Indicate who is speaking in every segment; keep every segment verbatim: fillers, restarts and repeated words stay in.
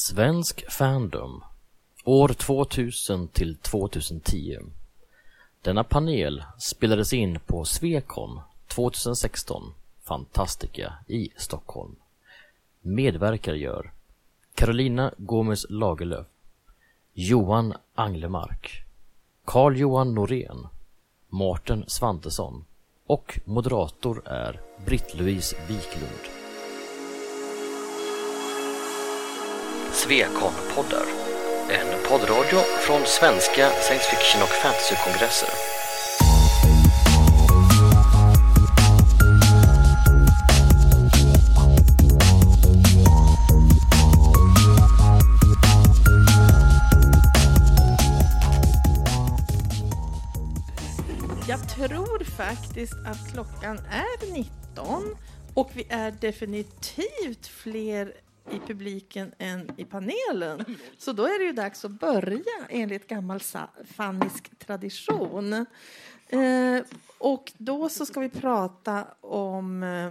Speaker 1: Svensk fandom år tvåtusen till tjugohundratio. Denna panel spelades in på Svekon tjugohundrasexton, Fantastica i Stockholm. Medverkare gör Carolina Gomez Lagerlöf, Johan Anglemark, Carl-Johan Norén, Mårten Svantesson och moderator är Britt-Louise Wiklund. Svekon-poddar, en poddradio från svenska science fiction och fantasy-kongresser.
Speaker 2: Jag tror faktiskt att klockan är nitton och vi är definitivt fler i publiken än i panelen. Så då är det ju dags att börja enligt gammal fannisk tradition. Eh, och då så ska vi prata om eh,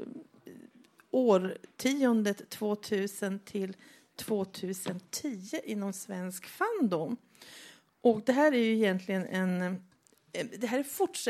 Speaker 2: årtiondet tvåtusen till tjugotio inom svensk fandom. Och det här är ju egentligen en det här är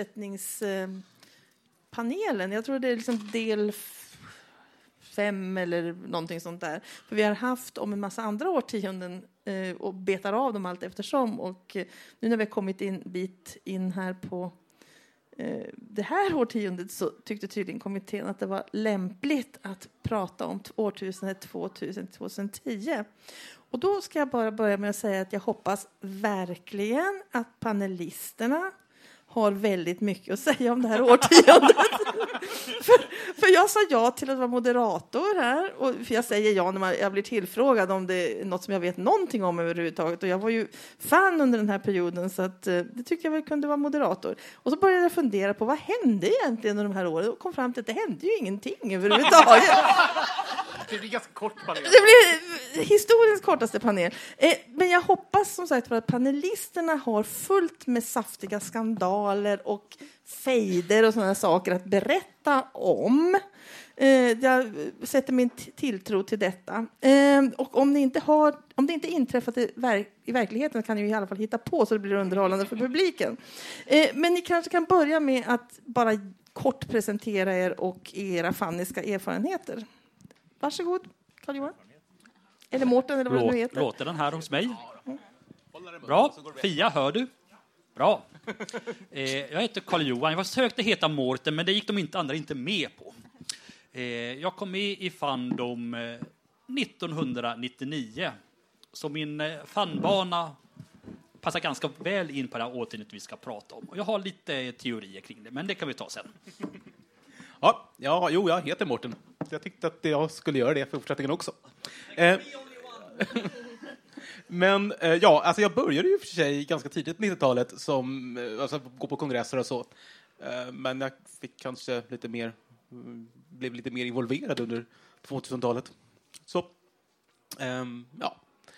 Speaker 2: fortsättningspanelen. Jag tror det är liksom del fem eller någonting sånt där. För vi har haft om en massa andra årtionden eh, och betar av dem allt eftersom. Och eh, nu när vi har kommit in bit in här på eh, det här årtiondet så tyckte tydligen kommittén att det var lämpligt att prata om årtusendet tvåtusen till tjugotio. Och då ska jag bara börja med att säga att jag hoppas verkligen att panelisterna har väldigt mycket att säga om det här årtiondet. för, för jag sa ja till att vara moderator här. Och för jag säger ja när man, jag blir tillfrågad om det är något som jag vet någonting om överhuvudtaget. Och jag var ju fan under den här perioden så att, det tyckte jag väl kunde vara moderator. Och så började jag fundera på vad hände egentligen under de här åren. Och kom fram till att det hände ju ingenting överhuvudtaget.
Speaker 3: Det blir ganska kort panel.
Speaker 2: Det blir historiens kortaste panel. Eh, men jag hoppas som sagt att panelisterna har fullt med saftiga skandaler och fejder och sådana saker att berätta om. Eh, jag sätter min t- tilltro till detta. Eh, och om det inte har, om det inte inträffat i, verk- i verkligheten kan ni i alla fall hitta på så det blir underhållande för publiken. Eh, men ni kanske kan börja med att bara kort presentera er och era fanniska erfarenheter. Varsågod, Carl-Johan. Eller Mårten, eller vad
Speaker 4: Låt,
Speaker 2: det nu heter.
Speaker 4: Låter den här hos mig? Bra. Fia, hör du? Bra. Eh, jag heter Carl-Johan. Jag försökte heta Mårten, men det gick de inte andra inte med på. Eh, jag kom med i fandom eh, nittonhundranittionio. Så min eh, fanbana passar ganska väl in på det här årtiondet vi ska prata om. Och jag har lite teorier kring det, men det kan vi ta sen.
Speaker 3: Ja, ja, jo, jag heter Mårten. Jag tyckte att jag skulle göra det för fortsättningen också. Eh, men eh, ja, alltså jag började ju för sig ganska tidigt på nittiotalet som eh, alltså gå på kongresser och så. Eh, men jag fick kanske lite mer blev lite mer involverad under tvåtusentalet. Så eh, ja.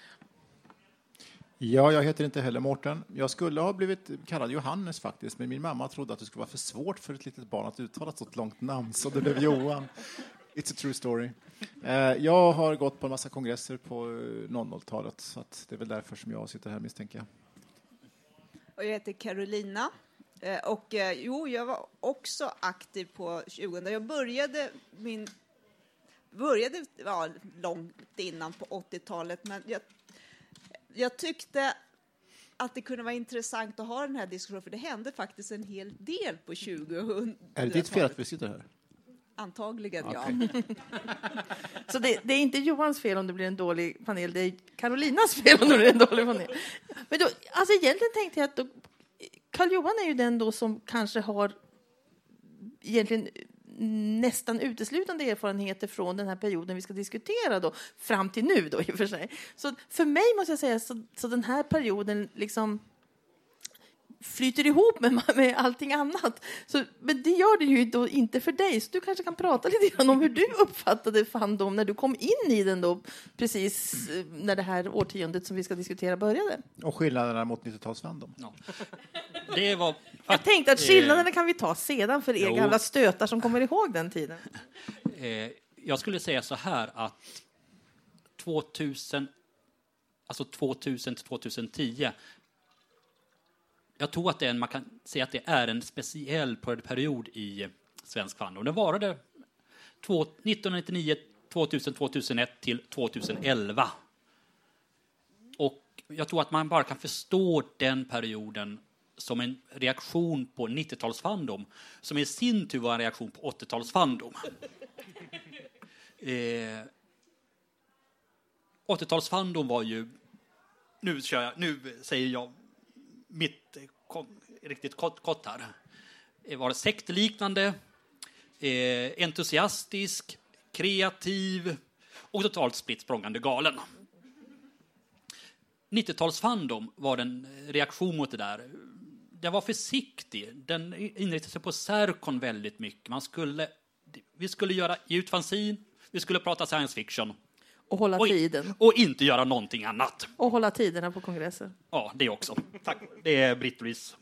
Speaker 5: Ja, jag heter inte heller Mårten. Jag skulle ha blivit kallad Johannes faktiskt, men min mamma trodde att det skulle vara för svårt för ett litet barn att uttala ett så långt namn, så det blev Johan. It's a true story. Eh, jag har gått på en massa kongresser på noll noll-talet, så att det är väl därför som jag sitter här, misstänker jag.
Speaker 6: Och jag heter Carolina. Eh, och eh, jo, jag var också aktiv på tjugohundra. Jag började min började ja, långt innan på åttiotalet, men jag Jag tyckte att det kunde vara intressant att ha den här diskussionen, för det hände faktiskt en hel del på tjugohundra.
Speaker 5: Är det ditt fel att vi sitter här?
Speaker 6: Antagligen,
Speaker 5: okay.
Speaker 6: ja.
Speaker 2: Så det, det är inte Johans fel om det blir en dålig panel, det är Carolinas fel om det blir en dålig panel. Men då, alltså egentligen tänkte jag att då, Carl-Johan är ju den då som kanske har egentligen nästan uteslutande erfarenheter från den här perioden vi ska diskutera då, fram till nu då i och för sig. Så för mig måste jag säga så, så den här perioden liksom flyter ihop med, med allting annat. Så, men det gör det ju då inte för dig. Så du kanske kan prata lite grann om hur du uppfattade fandom när du kom in i den då precis när det här årtiondet som vi ska diskutera började.
Speaker 5: Och skillnaderna mot nittiotalsfandom.
Speaker 4: Ja. Det var
Speaker 2: Jag tänkte att skillnaderna kan vi ta sedan för er
Speaker 4: Jo.
Speaker 2: gamla stötar som kommer ihåg den tiden.
Speaker 4: Eh, jag skulle säga så här att tvåtusen, alltså tvåtusen till tjugohundratio. Jag tror att det är en, man kan säga att det är en speciell period i svensk fandom. Det varade nittonhundranittionio, tvåtusen, tvåtusenett till tjugoelva. Och jag tror att man bara kan förstå den perioden som en reaktion på nittiotalsfandom, som i sin tur var en reaktion på åttiotalsfandom. eh, åttiotalsfandom var ju, nu, kör jag, nu säger jag mitt kom, riktigt kort, kort här. Det var sektliknande, eh, entusiastisk, kreativ och totalt spritt språngande galen. nittiotalsfandom var en reaktion mot det där. Den var försiktig. Den inriktade sig på Serkon väldigt mycket. Man skulle, vi skulle göra ge ut fanzin, vi skulle prata science fiction.
Speaker 2: Och hålla
Speaker 4: och,
Speaker 2: tiden.
Speaker 4: Och inte göra någonting annat.
Speaker 2: Och hålla tiderna på kongresser.
Speaker 4: Ja, det också. Tack. Det är Britt-Louise.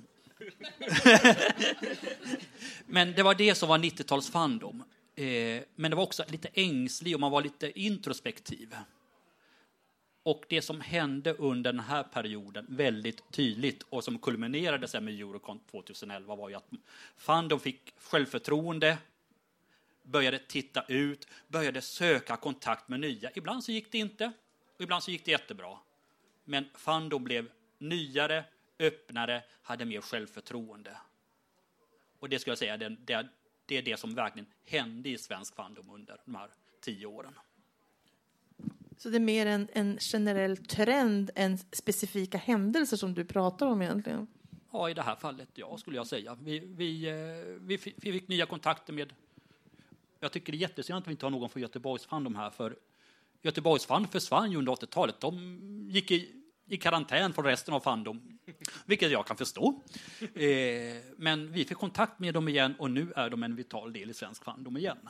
Speaker 4: Men det var det som var nittiotalsfandom. Eh, men det var också lite ängslig och man var lite introspektiv. Och det som hände under den här perioden väldigt tydligt och som kulminerade sig med Eurocon tjugoelva var ju att fandom fick självförtroende, började titta ut, började söka kontakt med nya. Ibland så gick det inte och ibland så gick det jättebra. Men fandom blev nyare, öppnare, hade mer självförtroende. Och det skulle jag säga, det, det, det är det som verkligen hände i svensk fandom under de här tio åren.
Speaker 2: Så det är mer en, en generell trend än specifika händelser som du pratar om egentligen?
Speaker 4: Ja, i det här fallet, ja, skulle jag säga. Vi, vi, vi, fick, vi fick nya kontakter med... Jag tycker det är jättesynd att vi inte har någon från Göteborgs fandom här, för Göteborgs fandom försvann ju under åttiotalet. De gick i, i karantän från resten av fandom, vilket jag kan förstå. Eh, men vi fick kontakt med dem igen och nu är de en vital del i svensk fandom igen.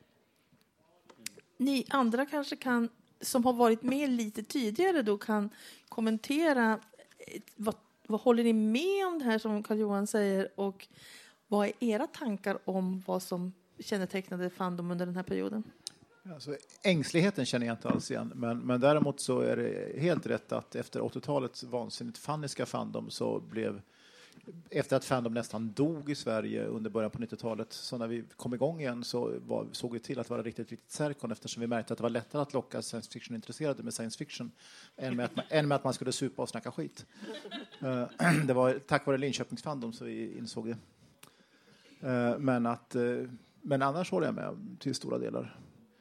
Speaker 2: Ni andra kanske kan, som har varit med lite tidigare, då kan kommentera vad, vad håller ni med om det här som Carl-Johan säger och vad är era tankar om vad som kännetecknade fandom under den här perioden?
Speaker 5: Alltså, ängsligheten känner jag inte alls igen, men, men däremot så är det helt rätt att efter åttiotalets vansinnigt fanniska fandom så blev, efter att fandom nästan dog i Sverige under början på nittiotalet, så när vi kom igång igen så var, såg vi till att vara riktigt, riktigt Serkon, eftersom vi märkte att det var lättare att locka science fiction-intresserade med science fiction än med att man, än med att man skulle supa och snacka skit. Uh, det var tack vare Linköpings fandom så vi insåg det. Uh, men, att, uh, men annars håller jag med till stora delar.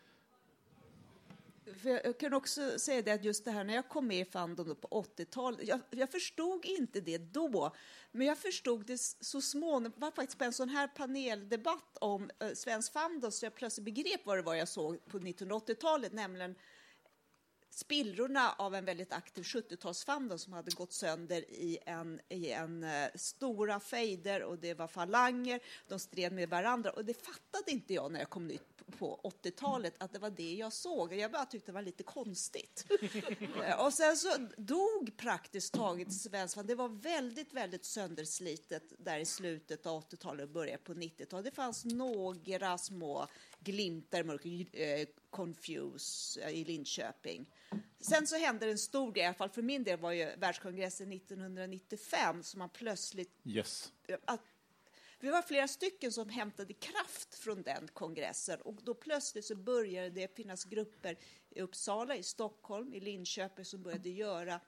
Speaker 6: För jag kan också säga det att just det här när jag kom med i fandom på åttiotalet, jag, jag förstod inte det då, men jag förstod det så småningom. Det var faktiskt på en sån här paneldebatt om eh, svensk fandom så jag plötsligt begrep vad det var jag såg på nittonhundraåttiotalet, nämligen spillrorna av en väldigt aktiv sjuttiotalsfandom som hade gått sönder i en, i en uh, stora fejder och det var falanger, de stred med varandra och det fattade inte jag när jag kom nytt på åttiotalet att det var det jag såg. Jag bara tyckte det var lite konstigt. Och sen så dog praktiskt taget svenskan. Det var väldigt, väldigt sönderslitet där i slutet av åttiotalet och början på nittiotalet. Det fanns några små glimtar mörk, eh, Confuse i Linköping. Sen så hände en stor grej, i alla fall för min del var ju världskongressen nittonhundranittiofem som man plötsligt...
Speaker 5: Yes.
Speaker 6: Att, vi var flera stycken som hämtade kraft från den kongressen och då plötsligt så började det finnas grupper i Uppsala, i Stockholm, i Linköping som började göra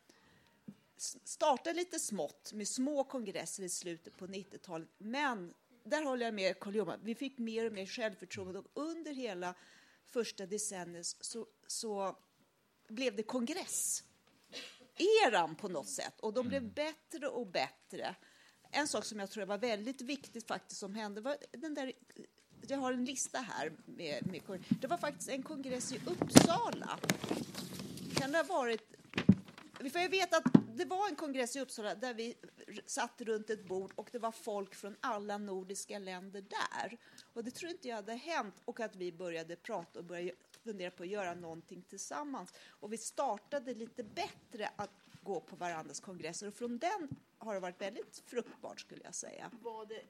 Speaker 6: starta lite smått med små kongresser i slutet på nittiotalet. Men där håller jag med Carl-Johan, vi fick mer och mer självförtroende och under hela första decenniet så, så blev det kongress eran på något sätt och de blev bättre och bättre. En sak som jag tror var väldigt viktigt faktiskt som hände var den där, jag har en lista här med, med det var faktiskt en kongress i Uppsala. Kan det ha varit, för jag vet att det var en kongress i Uppsala där vi satt runt ett bord och det var folk från alla nordiska länder där. Och det tror inte jag hade hänt och att vi började prata och började fundera på att göra någonting tillsammans. Och vi startade lite bättre att gå på varandras kongresser och från den har det varit väldigt fruktbart skulle jag säga.
Speaker 2: Var det,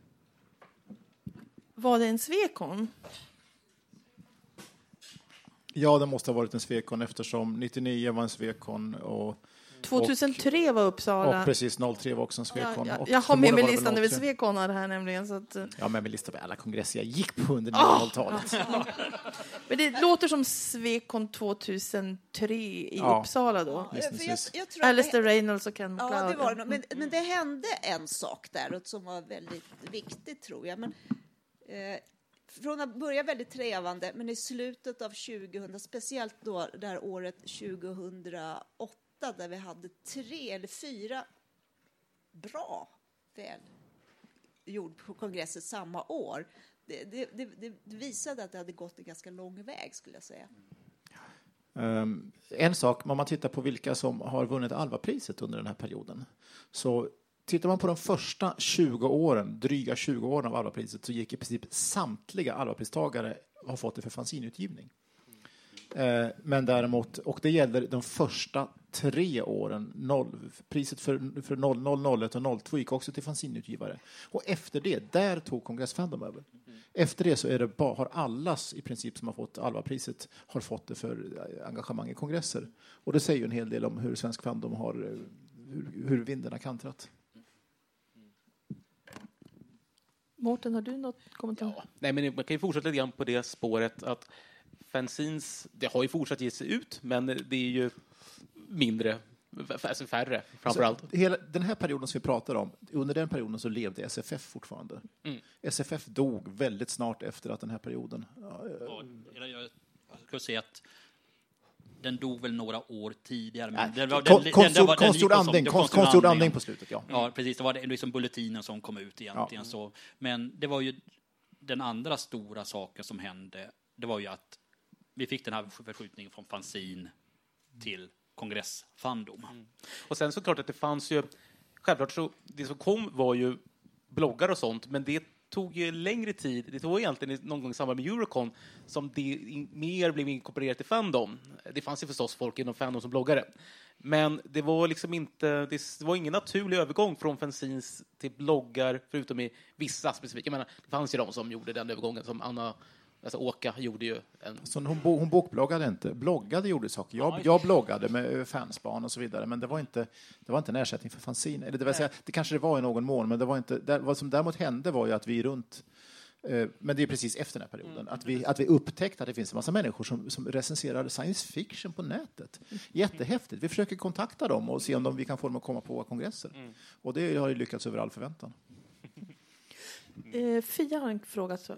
Speaker 2: var det en Svekon?
Speaker 5: Ja, det måste ha varit en Swecon eftersom nittionio var en Swecon och
Speaker 2: tjugohundratre var Uppsala.
Speaker 5: Och precis, noll tre var också en Swecon.
Speaker 2: Ja, ja, jag har med mig listan över Sveconar här nämligen. Så att...
Speaker 5: Ja, med mig listan över alla kongresser jag gick på under nittonhundratalet.
Speaker 2: Oh! Men det låter som Swecon tjugohundratre i ja. Uppsala då.
Speaker 6: Ja, för jag, jag tror
Speaker 2: Alistair Reynolds och Ken McLeod.
Speaker 6: Ja, det var det. Men, men det hände en sak där som var väldigt viktig, tror jag. Men, eh, från att börja väldigt trevande, men i slutet av tjugohundra, speciellt då det här året tjugohundraåtta, där vi hade tre eller fyra bra väl gjord på kongressen samma år. Det, det, det, det visade att det hade gått en ganska lång väg, skulle jag säga.
Speaker 5: Um, en sak, om man tittar på vilka som har vunnit Alva-priset under den här perioden, så tittar man på de första tjugo åren, dryga tjugo åren av Alva-priset, så gick i princip samtliga Alva-pristagare har fått det för fanzinutgivning. Uh, men däremot, och det gäller de första tre åren, noll, priset för, för noll noll noll ett och noll två gick också till fanzinutgivare. Och efter det, där tog kongressfandom över. Efter det så är det bara, har allas i princip som har fått Alva-priset har fått det för engagemang i kongresser. Och det säger ju en hel del om hur svensk fandom har, hur, hur vinden har kantrat.
Speaker 2: Mårten, har du något kommentar?
Speaker 3: Ja, nej, men man kan ju fortsätta lite grann på det spåret att fanzines, det har ju fortsatt ge sig ut, men det är ju mindre, alltså färre framförallt.
Speaker 5: Alltså, hela den här perioden som vi pratar om, under den perioden så levde S F F fortfarande. Mm. S F F dog väldigt snart efter att den här perioden...
Speaker 4: Ja, jag, jag skulle säga att den dog väl några år tidigare. Men
Speaker 5: Nej,
Speaker 4: den var,
Speaker 5: kon,
Speaker 4: den,
Speaker 5: konstgjord,
Speaker 4: den, den
Speaker 5: konstgjord andning, konst, konstgjord andning på slutet, ja.
Speaker 4: Ja, precis. Det var det, liksom bulletinen som kom ut egentligen.
Speaker 5: Ja.
Speaker 4: Så. Men det var ju den andra stora saken som hände, det var ju att vi fick den här förskjutningen från fanzin till kongressfandom. Mm.
Speaker 3: Och sen så klart att det fanns ju, självklart så, det som kom var ju bloggar och sånt, men det tog ju längre tid. Det var egentligen någon gång i samband med Eurocon som det in, mer blev inkorporerat i fandom. Det fanns ju förstås folk inom fandom som bloggare. Men det var liksom inte, det var ingen naturlig övergång från fanzines till bloggar, förutom i vissa specifika. Jag menar, det fanns ju de som gjorde den övergången, som Anna, alltså Åka gjorde ju en...
Speaker 5: Så hon, hon bokbloggade inte. Bloggade gjorde saker. Jag, jag bloggade med fansbarn och så vidare. Men det var inte, det var inte en ersättning för fanzine. Eller det, vill säga, det kanske det var i någon mån. Men det var inte, det, vad som däremot hände var ju att vi runt... Eh, men det är precis efter den här perioden. Mm. Att, vi, att vi upptäckte att det finns en massa människor som, som recenserar science fiction på nätet. Jättehäftigt. Vi försöker kontakta dem och se om de, vi kan få dem att komma på våra kongresser. Mm. Och det har ju lyckats över all förväntan.
Speaker 2: Eh, Fia har en fråga så...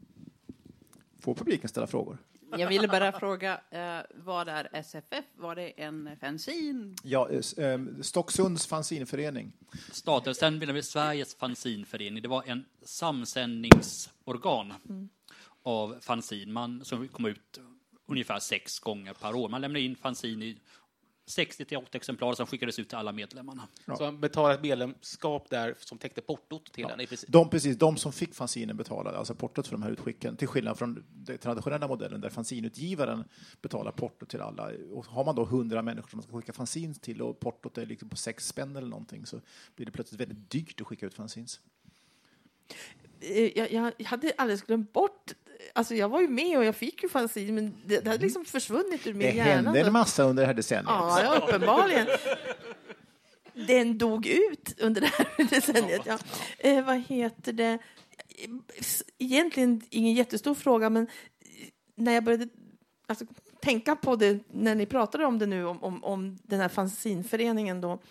Speaker 5: Får publiken ställa frågor?
Speaker 7: Jag ville bara fråga, eh, vad är S F F? Var det en fanzin?
Speaker 5: Ja, eh, Stocksunds fanzinförening.
Speaker 4: Staten, sen Sveriges fanzinförening. Det var en samsändningsorgan mm. av fanzin. Man, som kom ut ungefär sex gånger per år. Man lämnade in fanzin i sextio till åttio exemplar som skickades ut till alla medlemmarna.
Speaker 3: Ja. Så man betalade ett medlemskap där som täckte portot till
Speaker 5: ja.
Speaker 3: den i princip.
Speaker 5: De, precis, de som fick fanzinen betalade alltså portot för de här utskicken, till skillnad från den traditionella modellen där fanzinutgivaren betalar portot till alla. Och har man då hundra människor som man ska skicka fanzin till och portot är liksom på sex spänn eller någonting, så blir det plötsligt väldigt dyrt att skicka ut fanzins.
Speaker 2: Jag, jag hade alldeles glömt bort. Alltså jag var ju med och jag fick ju fanzin, men det, det hade liksom försvunnit ur min
Speaker 5: det
Speaker 2: hjärna.
Speaker 5: Det hände en massa under det här decenniet.
Speaker 2: Ja, ja, uppenbarligen. Den dog ut under det här decenniet. Ja. Eh, vad heter det? Egentligen ingen jättestor fråga, men när jag började alltså, tänka på det, när ni pratade om det nu, om, om, om den här fanzinföreningen då,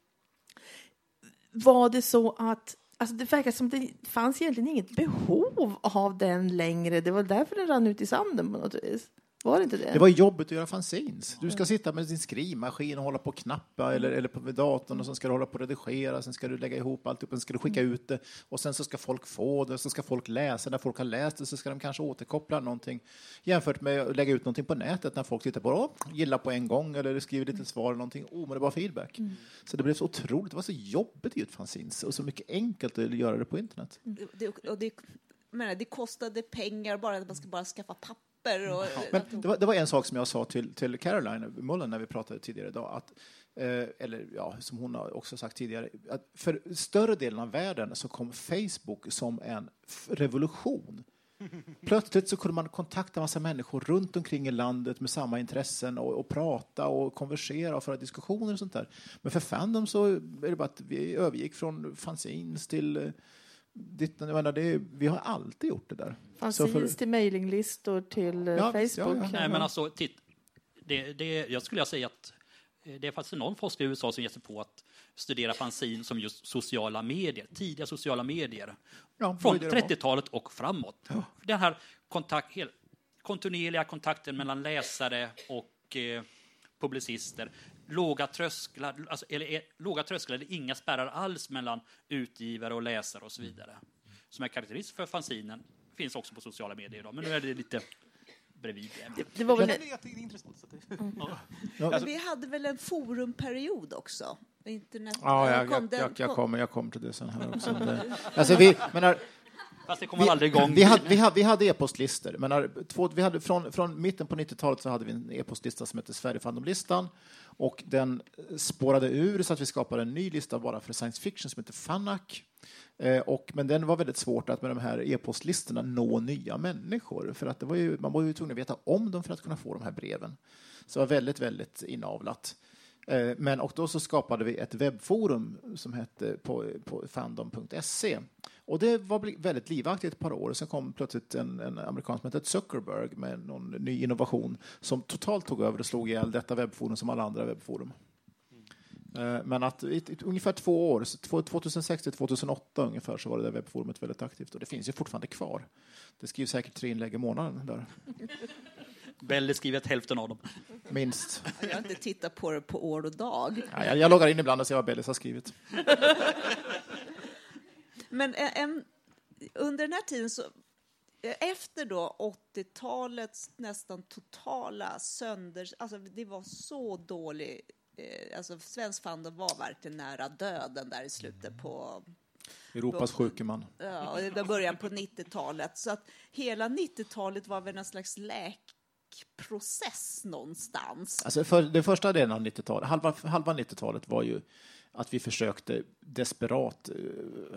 Speaker 2: var det så att alltså det verkar som det fanns egentligen inget behov av den längre. Det var därför den rann ut i sanden på något vis. Var det inte det?
Speaker 5: Det var jobbet att göra fanzines. Du ska sitta med din skrivmaskin och hålla på och knappa eller, eller på datorn och sen ska du hålla på och redigera, sen ska du lägga ihop allt upp, sen ska du skicka ut det och sen så ska folk få det, så ska folk läsa. När folk har läst det så ska de kanske återkoppla någonting. Jämfört med att lägga ut någonting på nätet när folk tittar på det och gillar på en gång eller skriver lite svar eller någonting. Omedelbar feedback. Mm. Så det blev så otroligt. Det var så jobbigt att göra fanzines och så mycket enkelt att göra det på internet.
Speaker 6: Det, det, och det, menar, det kostade pengar bara att man ska bara skaffa papper. Och,
Speaker 5: men det var, det var en sak som jag sa till, till Caroline Mullen när vi pratade tidigare idag, att, eh, eller ja, som hon har också sagt tidigare, att för större delen av världen så kom Facebook som en revolution Plötsligt så kunde man kontakta massa människor runt omkring i landet med samma intressen och, och prata och konversera och föra diskussioner och sånt där. Men för Fandom så är det bara att vi övergick från fanzines till... Ditt, jag menar, det, vi har alltid gjort det där.
Speaker 2: Fanzines
Speaker 5: för,
Speaker 2: till mailinglistor till ja, Facebook.
Speaker 5: Ja, ja.
Speaker 4: Nej, men alltså, titt, det, det, jag skulle säga att det är faktiskt någon forskare i U S A som ger sig på att studera fanzin som just sociala medier, tidiga sociala medier.
Speaker 5: Ja,
Speaker 4: från trettiotalet och framåt.
Speaker 5: Ja.
Speaker 4: Den här kontakt, helt, kontinuerliga kontakten mellan läsare och eh, publicister. Låga trösklar, alltså, eller är, låga trösklar eller inga spärrar alls mellan utgivare och läsare och så vidare. Som är karaktäristiskt för fanzinen. Finns också på sociala medier idag, men nu är det lite bredvid.
Speaker 2: Det, det var väl
Speaker 3: det är intressant. Så det, mm. ja.
Speaker 6: Ja. Men vi hade väl en forumperiod också? Internet.
Speaker 5: Ja, jag,
Speaker 6: kom
Speaker 5: jag,
Speaker 6: den,
Speaker 5: jag, jag, kommer, jag kommer till det sen här också. Det, alltså vi, menar,
Speaker 4: Fast det kommer
Speaker 5: vi,
Speaker 4: aldrig igång.
Speaker 5: Vi hade, vi hade, vi hade e-postlistor. Men två, vi hade, från, från mitten på nittiotalet så hade vi en e-postlista som hette Sverigefandom-listan. Och den spårade ur så att vi skapade en ny lista bara för science fiction som heter Fanac. Eh, och, men den var väldigt svårt att med de här e-postlistorna nå nya människor. För att det var ju, man var ju tvungen att veta om dem för att kunna få de här breven. Så det var väldigt, väldigt inavlat. Eh, men, och då så skapade vi ett webbforum som hette på, på fandom punkt se. Och det var väldigt livaktigt ett par år. Sen kom plötsligt en, en amerikan som hette Zuckerberg med någon ny innovation som totalt tog över och slog ihjäl detta webbforum som alla andra webbforum. Mm. Men att i, i, ungefär två år, tjugohundrasex till tjugohundraåtta ungefär, så var det där webbforumet väldigt aktivt. Och det finns ju fortfarande kvar. Det skrivs säkert tre inlägg i månaden där.
Speaker 4: Belly skriver ett hälften av dem.
Speaker 5: Minst.
Speaker 6: Jag har inte tittat på det på år och dag.
Speaker 5: Ja, jag, jag loggar in ibland och ser vad Bellis har skrivit.
Speaker 6: Men en, under den här tiden så, efter då åttiotalets nästan totala sönder, alltså det var så dålig, eh, alltså svensk fandom var verkligen nära döden där i slutet på
Speaker 5: Europas
Speaker 6: på,
Speaker 5: sjuke man.
Speaker 6: Ja, och det början på nittiotalet. Så att hela nittiotalet var väl en slags läkprocess någonstans.
Speaker 5: Alltså för, det första delen av nittiotalet, halva, halva nittiotalet var ju att vi försökte desperat uh,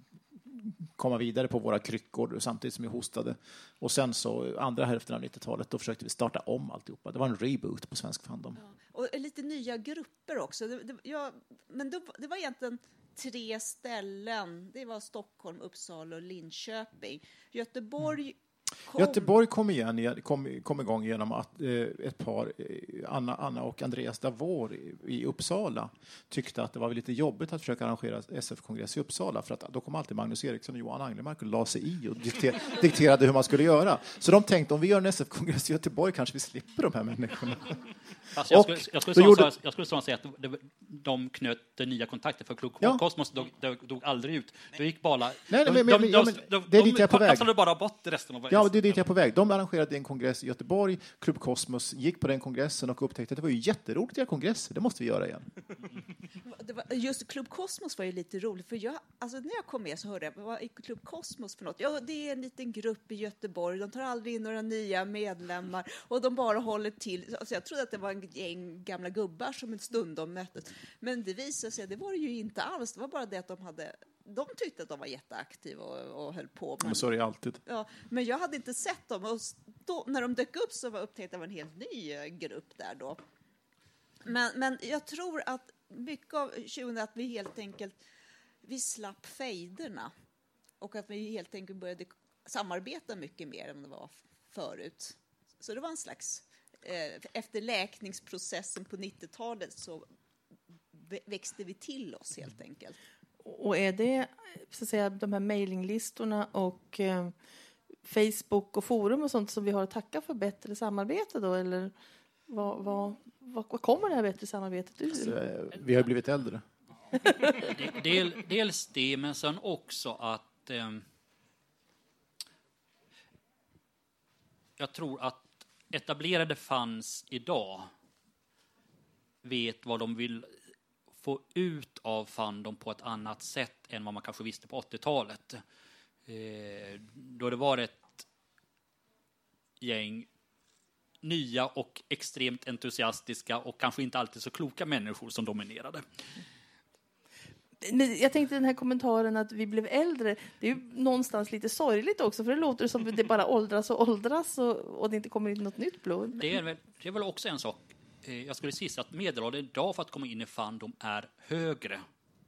Speaker 5: komma vidare på våra kryckor samtidigt som vi hostade. Och sen så andra hälften av nittiotalet, då försökte vi starta om alltihopa. Det var en reboot på svensk fandom.
Speaker 6: Ja. Och lite nya grupper också. Det, det, ja, men det, det var egentligen tre ställen. Det var Stockholm, Uppsala och Linköping. Göteborg mm. kom...
Speaker 5: Göteborg kom, igen, kom, kom igång genom att eh, ett par, eh, Anna, Anna och Andreas Davor i, i Uppsala tyckte att det var lite jobbigt att försöka arrangera S F-kongress i Uppsala, för att då kom alltid Magnus Eriksson och Johan Anglemark och la sig i och dikter, dikterade hur man skulle göra. Så de tänkte, om vi gör en S F-kongress i Göteborg kanske vi slipper de här människorna.
Speaker 4: Alltså jag, skulle, jag, skulle så,
Speaker 5: gjorde...
Speaker 4: jag skulle så säga att det, de knöt nya kontakter, för Klok
Speaker 5: ja.
Speaker 4: Kosmos dog, dog aldrig ut. Det gick bara...
Speaker 5: Nej, nej,
Speaker 4: de,
Speaker 5: men,
Speaker 4: de,
Speaker 5: men, ja, men,
Speaker 4: de,
Speaker 5: det är dit jag är på väg.
Speaker 4: De bara bort resten av...
Speaker 5: Ja, det är dit jag är på väg. De arrangerade en kongress i Göteborg. Klubb Kosmos gick på den kongressen och upptäckte att det var ju jätteroligt att kongresser. Det måste vi göra igen.
Speaker 6: Det var, just Klubb Kosmos var ju lite roligt, för jag, alltså när jag kom med så hörde jag, vad är Klubb Kosmos för något? Ja, det är en liten grupp i Göteborg. De tar aldrig in några nya medlemmar och de bara håller till. Alltså jag trodde att det var en gäng gamla gubbar som en stund de möttes. Men det visade sig att det var det ju inte alls. Det var bara det att de hade, de tyckte att de var jätteaktiva och, och höll på. Men,
Speaker 5: men så är det alltid.
Speaker 6: Ja, men jag hade inte sett dem, och då, när de dök upp så var upptäckte att det var en helt ny grupp där då. Men, men jag tror att mycket av tjugohundra att vi helt enkelt vi slapp fejderna och att vi helt enkelt började samarbeta mycket mer än det var förut. Så det var en slags eh, efter läkningsprocessen på nittiotalet så växte vi till oss helt enkelt.
Speaker 2: Och är det så att säga de här mailinglistorna och eh, Facebook och forum och sånt som vi har att tacka för bättre samarbete då, eller vad, vad, vad, vad kommer det här bättre samarbetet ur?
Speaker 5: Alltså, vi har blivit äldre.
Speaker 4: Del, dels det, men sen också att eh, jag tror att etablerade fans idag vet vad de vill få ut av fandom på ett annat sätt än vad man kanske visste på åttiotalet. Eh, då det var ett gäng nya och extremt entusiastiska och kanske inte alltid så kloka människor som dominerade.
Speaker 2: Men jag tänkte den här kommentaren att vi blev äldre, det är ju någonstans lite sorgligt också, för det låter som att det bara åldras och åldras och, och det inte kommer in något nytt blod.
Speaker 4: Det är väl, det är väl också en sak. Jag skulle säga att medelåldern idag för att komma in i fandom är högre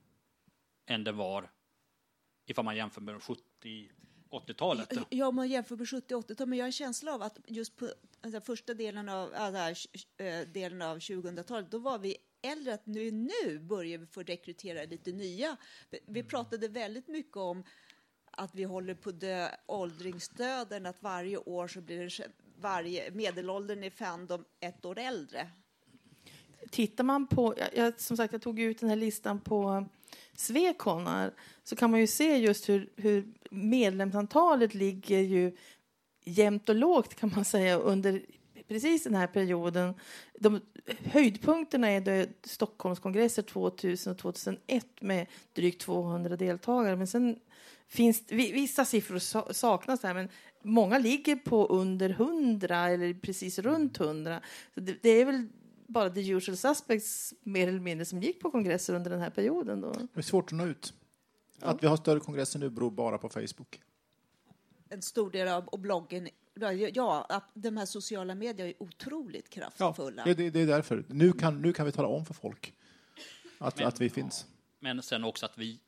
Speaker 4: än det var ifall man jämför med sjuttio åttiotalet.
Speaker 6: Ja, om man jämför med sjuttio åttiotalet, men jag har en känsla av att just på alltså, första delen av, alltså, delen av tjugohundratalet, då var vi äldre, att nu, nu börjar vi få rekrytera lite nya. Vi pratade väldigt mycket om att vi håller på dö åldringsdöden, att varje år så blir det varje medelåldern i fandom ett år äldre.
Speaker 2: Tittar man på, jag, som sagt jag tog ut den här listan på Svekon, så kan man ju se just hur, hur medlemsantalet ligger ju jämnt och lågt kan man säga under precis den här perioden. De, höjdpunkterna är då Stockholmskongresser tvåtusen och tvåtusenett med drygt tvåhundra deltagare, men sen finns vissa siffror saknas där, men många ligger på under hundra eller precis runt hundra. Så det, det är väl bara the usual suspects mer eller mindre som gick på kongresser under den här perioden då.
Speaker 5: Det är svårt att nå ut. Att vi har större kongresser nu beror bara på Facebook. En
Speaker 6: stor del av bloggen, ja, att de här sociala medier är otroligt kraftfulla.
Speaker 5: Ja, det, det är därför. Nu kan, nu kan vi tala om för folk att,
Speaker 4: men,
Speaker 5: att vi finns.
Speaker 4: Men sen också att vi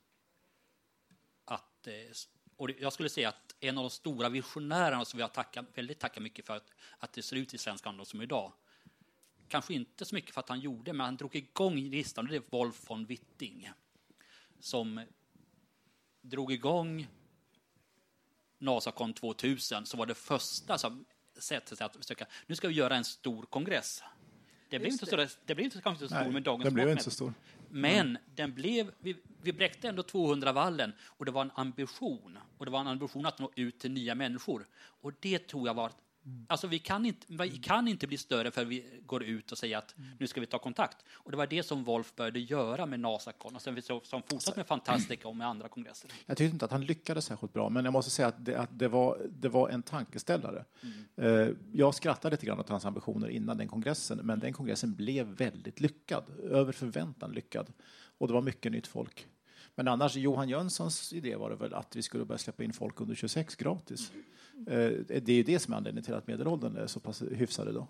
Speaker 4: att, och jag skulle säga att en av de stora visionärerna som vi har tackat, väldigt tackat mycket för att, att det ser ut i svensk handel som idag. Kanske inte så mycket för att han gjorde, men han drog igång listan, och det är Wolf von Witting som drog igång NASACON tvåtusen, så var det första som sättet att försöka, nu ska vi göra en stor kongress. Det blev inte så, det blev inte kanske så stor med dagens
Speaker 5: den blev
Speaker 4: mått,
Speaker 5: inte så stor.
Speaker 4: Men mm. den blev, vi, vi bräckte ändå tvåhundra-vallen, och det var en ambition. Och det var en ambition att nå ut till nya människor. Och det tror jag var, mm. alltså vi kan, inte, vi kan inte bli större för vi går ut och säger att mm. nu ska vi ta kontakt. Och det var det som Wolf började göra med NASACON, och sen vi så, som fortsatt med Fantastica och med andra kongresser.
Speaker 5: Jag tyckte inte att han lyckades särskilt bra, men jag måste säga att det, att det, var, det var en tankeställare. Mm. Jag skrattade lite grann åt hans ambitioner innan den kongressen, men den kongressen blev väldigt lyckad, över förväntan lyckad. Och det var mycket nytt folk. Men annars, Johan Jönssons idé var det väl att vi skulle börja släppa in folk under tjugosex gratis. Mm. Det är ju det som är anledningen till att medelåldern är så pass hyfsad idag.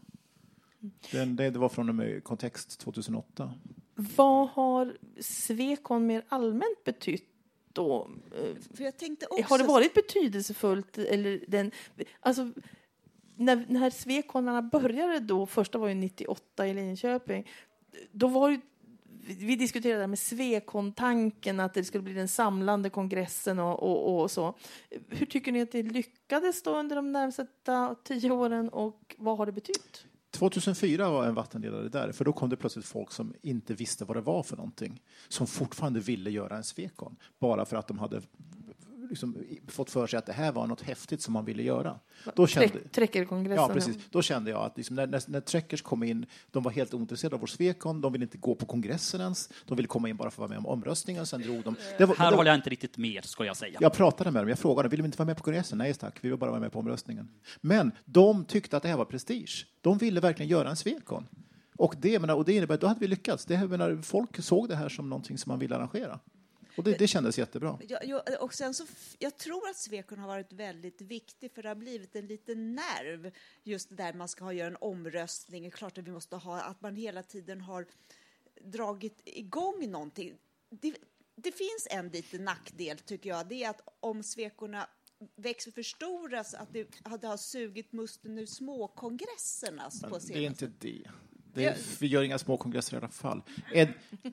Speaker 5: Den, det, det var från och med kontext tjugohundraåtta.
Speaker 2: Vad har Svekon mer allmänt betytt då?
Speaker 6: För jag tänkte också...
Speaker 2: Har det varit betydelsefullt? Eller den, alltså, när, när Svekonarna började då, första var ju nittioåtta i Linköping, då var ju, vi diskuterade med Svekon-tanken att det skulle bli den samlande kongressen och, och, och så. Hur tycker ni att det lyckades då under de närmaste tio åren, och vad har det betytt?
Speaker 5: tjugohundrafyra var en vattendelare där, för då kom det plötsligt folk som inte visste vad det var för någonting, som fortfarande ville göra en Svekon, bara för att de hade liksom fått för sig att det här var något häftigt som man ville göra. Då kände,
Speaker 2: Treckerkongressen.
Speaker 5: Ja, precis. Då kände jag att liksom när, när, när Trekkers kom in, de var helt ointresserade av vår Svekon, de ville inte gå på kongressen ens, de ville komma in bara för att vara med om omröstningen, sen drog de...
Speaker 4: Det var, här det, håller jag inte riktigt med, ska jag säga.
Speaker 5: Jag pratade med dem, jag frågade, vill de inte vara med på kongressen? Nej tack, vi vill bara vara med på omröstningen. Men de tyckte att det här var prestige. De ville verkligen göra en Svekon. Och det, menar, och det innebär att då hade vi lyckats. Det, menar, folk såg det här som någonting som man ville arrangera. Och det, det kändes jättebra.
Speaker 6: Jag, jag, och sen så, jag tror att Svekon har varit väldigt viktig, för det har blivit en liten nerv just där man ska ha, göra en omröstning. Det är klart att vi måste ha, att man hela tiden har dragit igång någonting. Det, det finns en liten nackdel tycker jag. Det är att om Svekorna växer för stora, så att det hade har sugit musten ur småkongresserna.
Speaker 5: Men
Speaker 6: på
Speaker 5: det är inte det. det
Speaker 6: är,
Speaker 5: ja. Vi gör inga små kongresser i alla fall. Ed,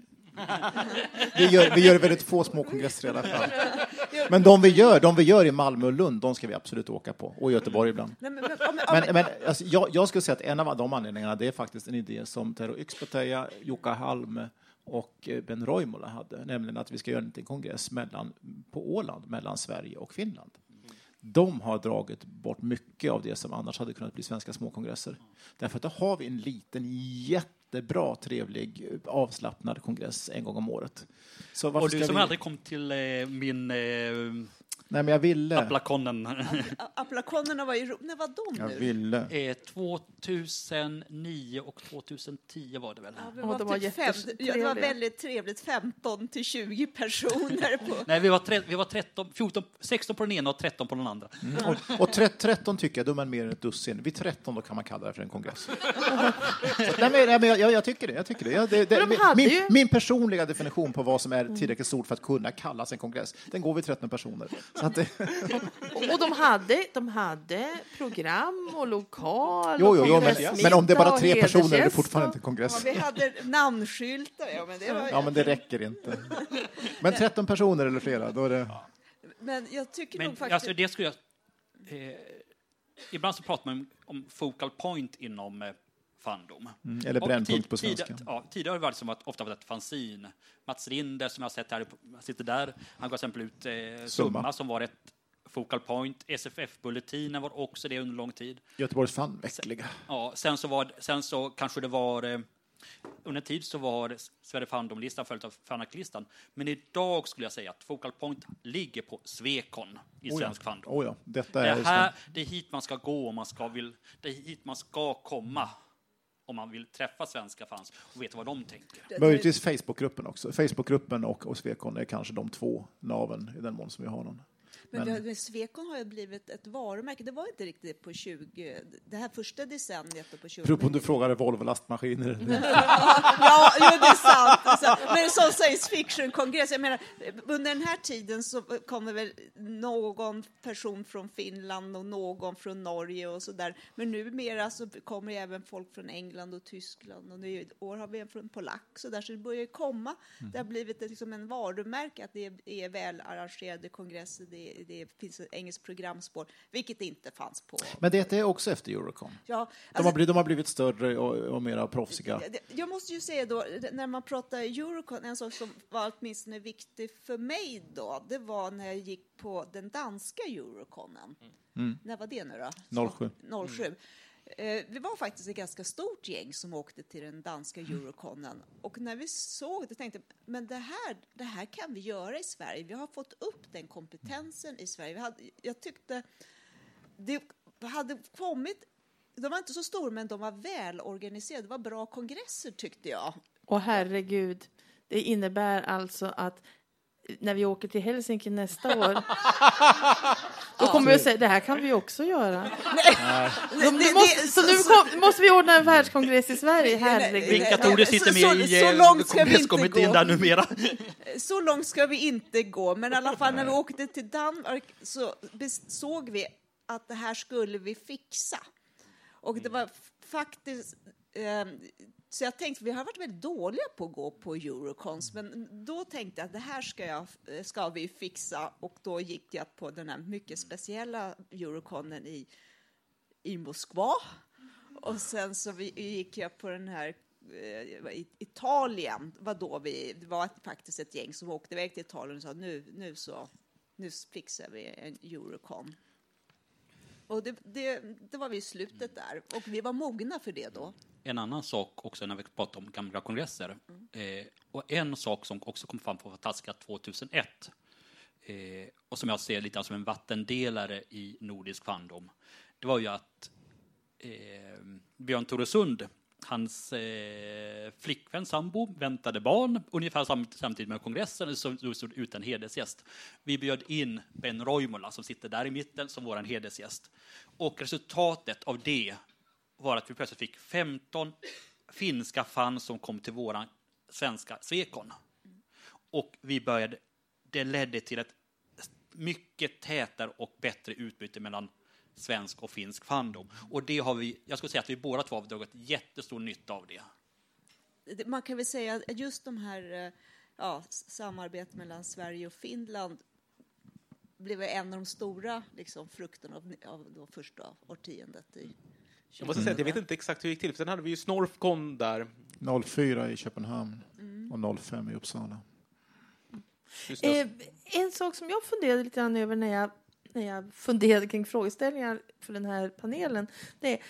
Speaker 5: vi, gör, vi gör väldigt få små kongresser i alla fall. Men de vi gör, de vi gör i Malmö och Lund, de ska vi absolut åka på. Och i Göteborg ibland. Men, men, men, men, men alltså, jag, jag skulle säga att en av de anledningarna, det är faktiskt en idé som Tero Ykspetäjä, Jukka Halm och Ben Roimola hade. Nämligen att vi ska göra en kongress mellan, på Åland mellan Sverige och Finland. De har dragit bort mycket av det som annars hade kunnat bli svenska småkongresser. Därför att då har vi en liten, jättebra, trevlig, avslappnad kongress en gång om året. Så
Speaker 4: och du som
Speaker 5: vi...
Speaker 4: aldrig kom till eh, min eh,
Speaker 5: Nej, men jag ville.
Speaker 4: Aplakonen.
Speaker 6: Aplakonerna var ju ro... När var de
Speaker 5: Jag
Speaker 6: nu?
Speaker 5: ville.
Speaker 4: eh, tjugohundraniio och tjugohundratio var det väl?
Speaker 6: Ja, vi
Speaker 2: Ja,
Speaker 6: var
Speaker 2: det var
Speaker 6: typ fem...
Speaker 2: jättetrevliga.
Speaker 6: ja, det var väldigt trevligt. femton till tjugo personer på...
Speaker 4: Nej, vi var, tre, vi var tretton, fjorton, sexton på den ena och tretton på den andra.
Speaker 5: Mm. Och, och tretton tycker jag, då är man mer än ett dussin. Vid tretton då kan man kalla det för en kongress. Så, nej, men, nej, men jag, jag tycker det. Jag tycker det. Jag, det, det
Speaker 2: de hade
Speaker 5: min,
Speaker 2: ju-
Speaker 5: min personliga definition på vad som är tillräckligt stort för att kunna kallas en kongress, den går vid tretton personer. Så att det,
Speaker 2: Och de hade, de hade program och lokal
Speaker 5: jo, jo,
Speaker 2: och
Speaker 5: jo, men,
Speaker 2: kongressmiddag
Speaker 5: men om det är bara
Speaker 2: och
Speaker 5: tre personer är det
Speaker 2: hedersgäst
Speaker 5: fortfarande
Speaker 2: och-
Speaker 5: inte en kongress.
Speaker 6: Ja, vi hade namnskyltar. Ja, men det var...
Speaker 5: Ja, men det räcker inte. Men tretton personer eller flera, då är det...
Speaker 6: Men jag tycker
Speaker 4: Men
Speaker 6: nog faktiskt...
Speaker 4: alltså, det skulle jag... Eh, ibland så pratar man om focal point inom eh, fandom.
Speaker 5: Mm, eller
Speaker 4: Och
Speaker 5: brännpunkt
Speaker 4: tid-
Speaker 5: på svenska.
Speaker 4: Tidigare, ja, tidigare har det varit som att ofta varit ett fanzin. Mats Rinder som jag har sett här, sitter där. Han gav exempel ut eh, Summa. Summa som var ett focal point. S F F-bulletinen var också det under lång tid.
Speaker 5: Göteborgs fan äckliga.
Speaker 4: Ja, sen så var sen så kanske det var eh, under en tid så var Sverige Fandom-listan följt av Fanaklistan. Men idag skulle jag säga att focal point ligger på Svekon i
Speaker 5: Oh ja.
Speaker 4: svensk fandom.
Speaker 5: Oh ja, detta
Speaker 4: Det,
Speaker 5: är...
Speaker 4: här, det är hit man ska gå om man ska vill, det är hit man ska komma om man vill träffa svenska fans och veta vad de tänker.
Speaker 5: Möjligtvis Facebookgruppen också. Facebookgruppen och, och Svekon är kanske de två naven i den mån som vi har någon.
Speaker 6: Men,
Speaker 5: Men-
Speaker 6: men Svekon har ju blivit ett varumärke. Det var inte riktigt på tjugo... Det här första decenniet och på tjugo...
Speaker 5: Beror på om du frågar Volvo lastmaskiner.
Speaker 6: Ja, jo, det är sant. Det är sant. Men som science fiction-kongress, jag menar, under den här tiden så kommer väl någon person från Finland och någon från Norge och så där. Men numera så kommer ju även folk från England och Tyskland och nu i år har vi en från Polack så där, så det börjar ju komma. Det har blivit liksom en varumärke att det är, är väl arrangerade kongresser, det, det finns ett engelskt programspår, vilket inte fanns på.
Speaker 5: Men det är också efter Eurocon.
Speaker 6: Ja,
Speaker 5: De
Speaker 6: alltså,
Speaker 5: har blivit, de har blivit större och, och mer proffsiga.
Speaker 6: Det- Jag måste ju säga då, när man pratar Eurocon, en sak som var åtminstone viktig för mig då, det var när jag gick på den danska Euroconen.
Speaker 5: Mm.
Speaker 6: När var det nu då?
Speaker 5: noll sju.
Speaker 6: noll sju. Eh, Vi var faktiskt ett ganska stort gäng som åkte till den danska Euroconen. Och när vi såg det tänkte jag, men det här, det här kan vi göra i Sverige. Vi har fått upp den kompetensen i Sverige. Vi hade, jag tyckte det hade kommit, de var inte så stora men de var välorganiserade. Det var bra kongresser tyckte jag.
Speaker 2: Och herregud, det innebär alltså att när vi åker till Helsinki nästa år då kommer vi att säga, det här kan vi också göra. Så nu måste, så nu kom, måste vi ordna en världskongress i Sverige, herregud.
Speaker 4: Vilka Tore sitter
Speaker 6: Så-
Speaker 4: med
Speaker 6: så-
Speaker 4: i
Speaker 6: så
Speaker 4: eh,
Speaker 6: långt ska vi inte
Speaker 4: kongresskommittén
Speaker 6: gå.
Speaker 4: där numera?
Speaker 6: Så långt ska vi inte gå, men i alla fall när vi åkte till Danmark så bes- såg vi att det här skulle vi fixa. Och det var f- faktiskt... Eh, så jag tänkte, vi har varit väldigt dåliga på att gå på Eurocons, men då tänkte jag att det här ska, jag, ska vi fixa. Och då gick jag på den här mycket speciella Euroconen i, i Moskva. Och sen så vi, gick jag på den här eh, i Italien, var då vi, det var ett, faktiskt ett gäng som åkte iväg till Italien och sa nu, nu så, nu fixar vi en Eurocon. Och det, det, det var vi i slutet där, och vi var mogna för det då.
Speaker 4: En annan sak också när vi pratar om gamla kongresser. Eh, och en sak som också kom fram på Fantastiska tjugohundraett. Eh, och som jag ser lite som en vattendelare i nordisk fandom. Det var ju att eh, Björn Toresund, hans eh, flickvän, sambo, väntade barn ungefär sam- samtidigt med kongressen, så stod utan hedersgäst. Vi bjöd in Ben Roimola som sitter där i mitten som våran hedersgäst. Och resultatet av det var att vi plötsligt fick femton finska fans som kom till våran svenska Svekon. Och vi började, det ledde till ett mycket tätare och bättre utbyte mellan svensk och finsk fandom. Och det har vi, jag skulle säga att vi båda två har dragit jättestor nytta av det.
Speaker 6: Det- Man kan väl säga att just de här eh, ja, s- samarbetet mellan Sverige och Finland blev en av de stora liksom, frukterna av, av då första årtiondet i
Speaker 3: Jag måste säga att jag vet inte exakt hur det gick till. För sen hade vi ju Snorfcon där.
Speaker 5: noll fyra i Köpenhamn och noll fem i Uppsala.
Speaker 3: Just det.
Speaker 2: Eh, en sak som jag funderade lite grann över när jag, när jag funderade kring frågeställningar för den här panelen, det är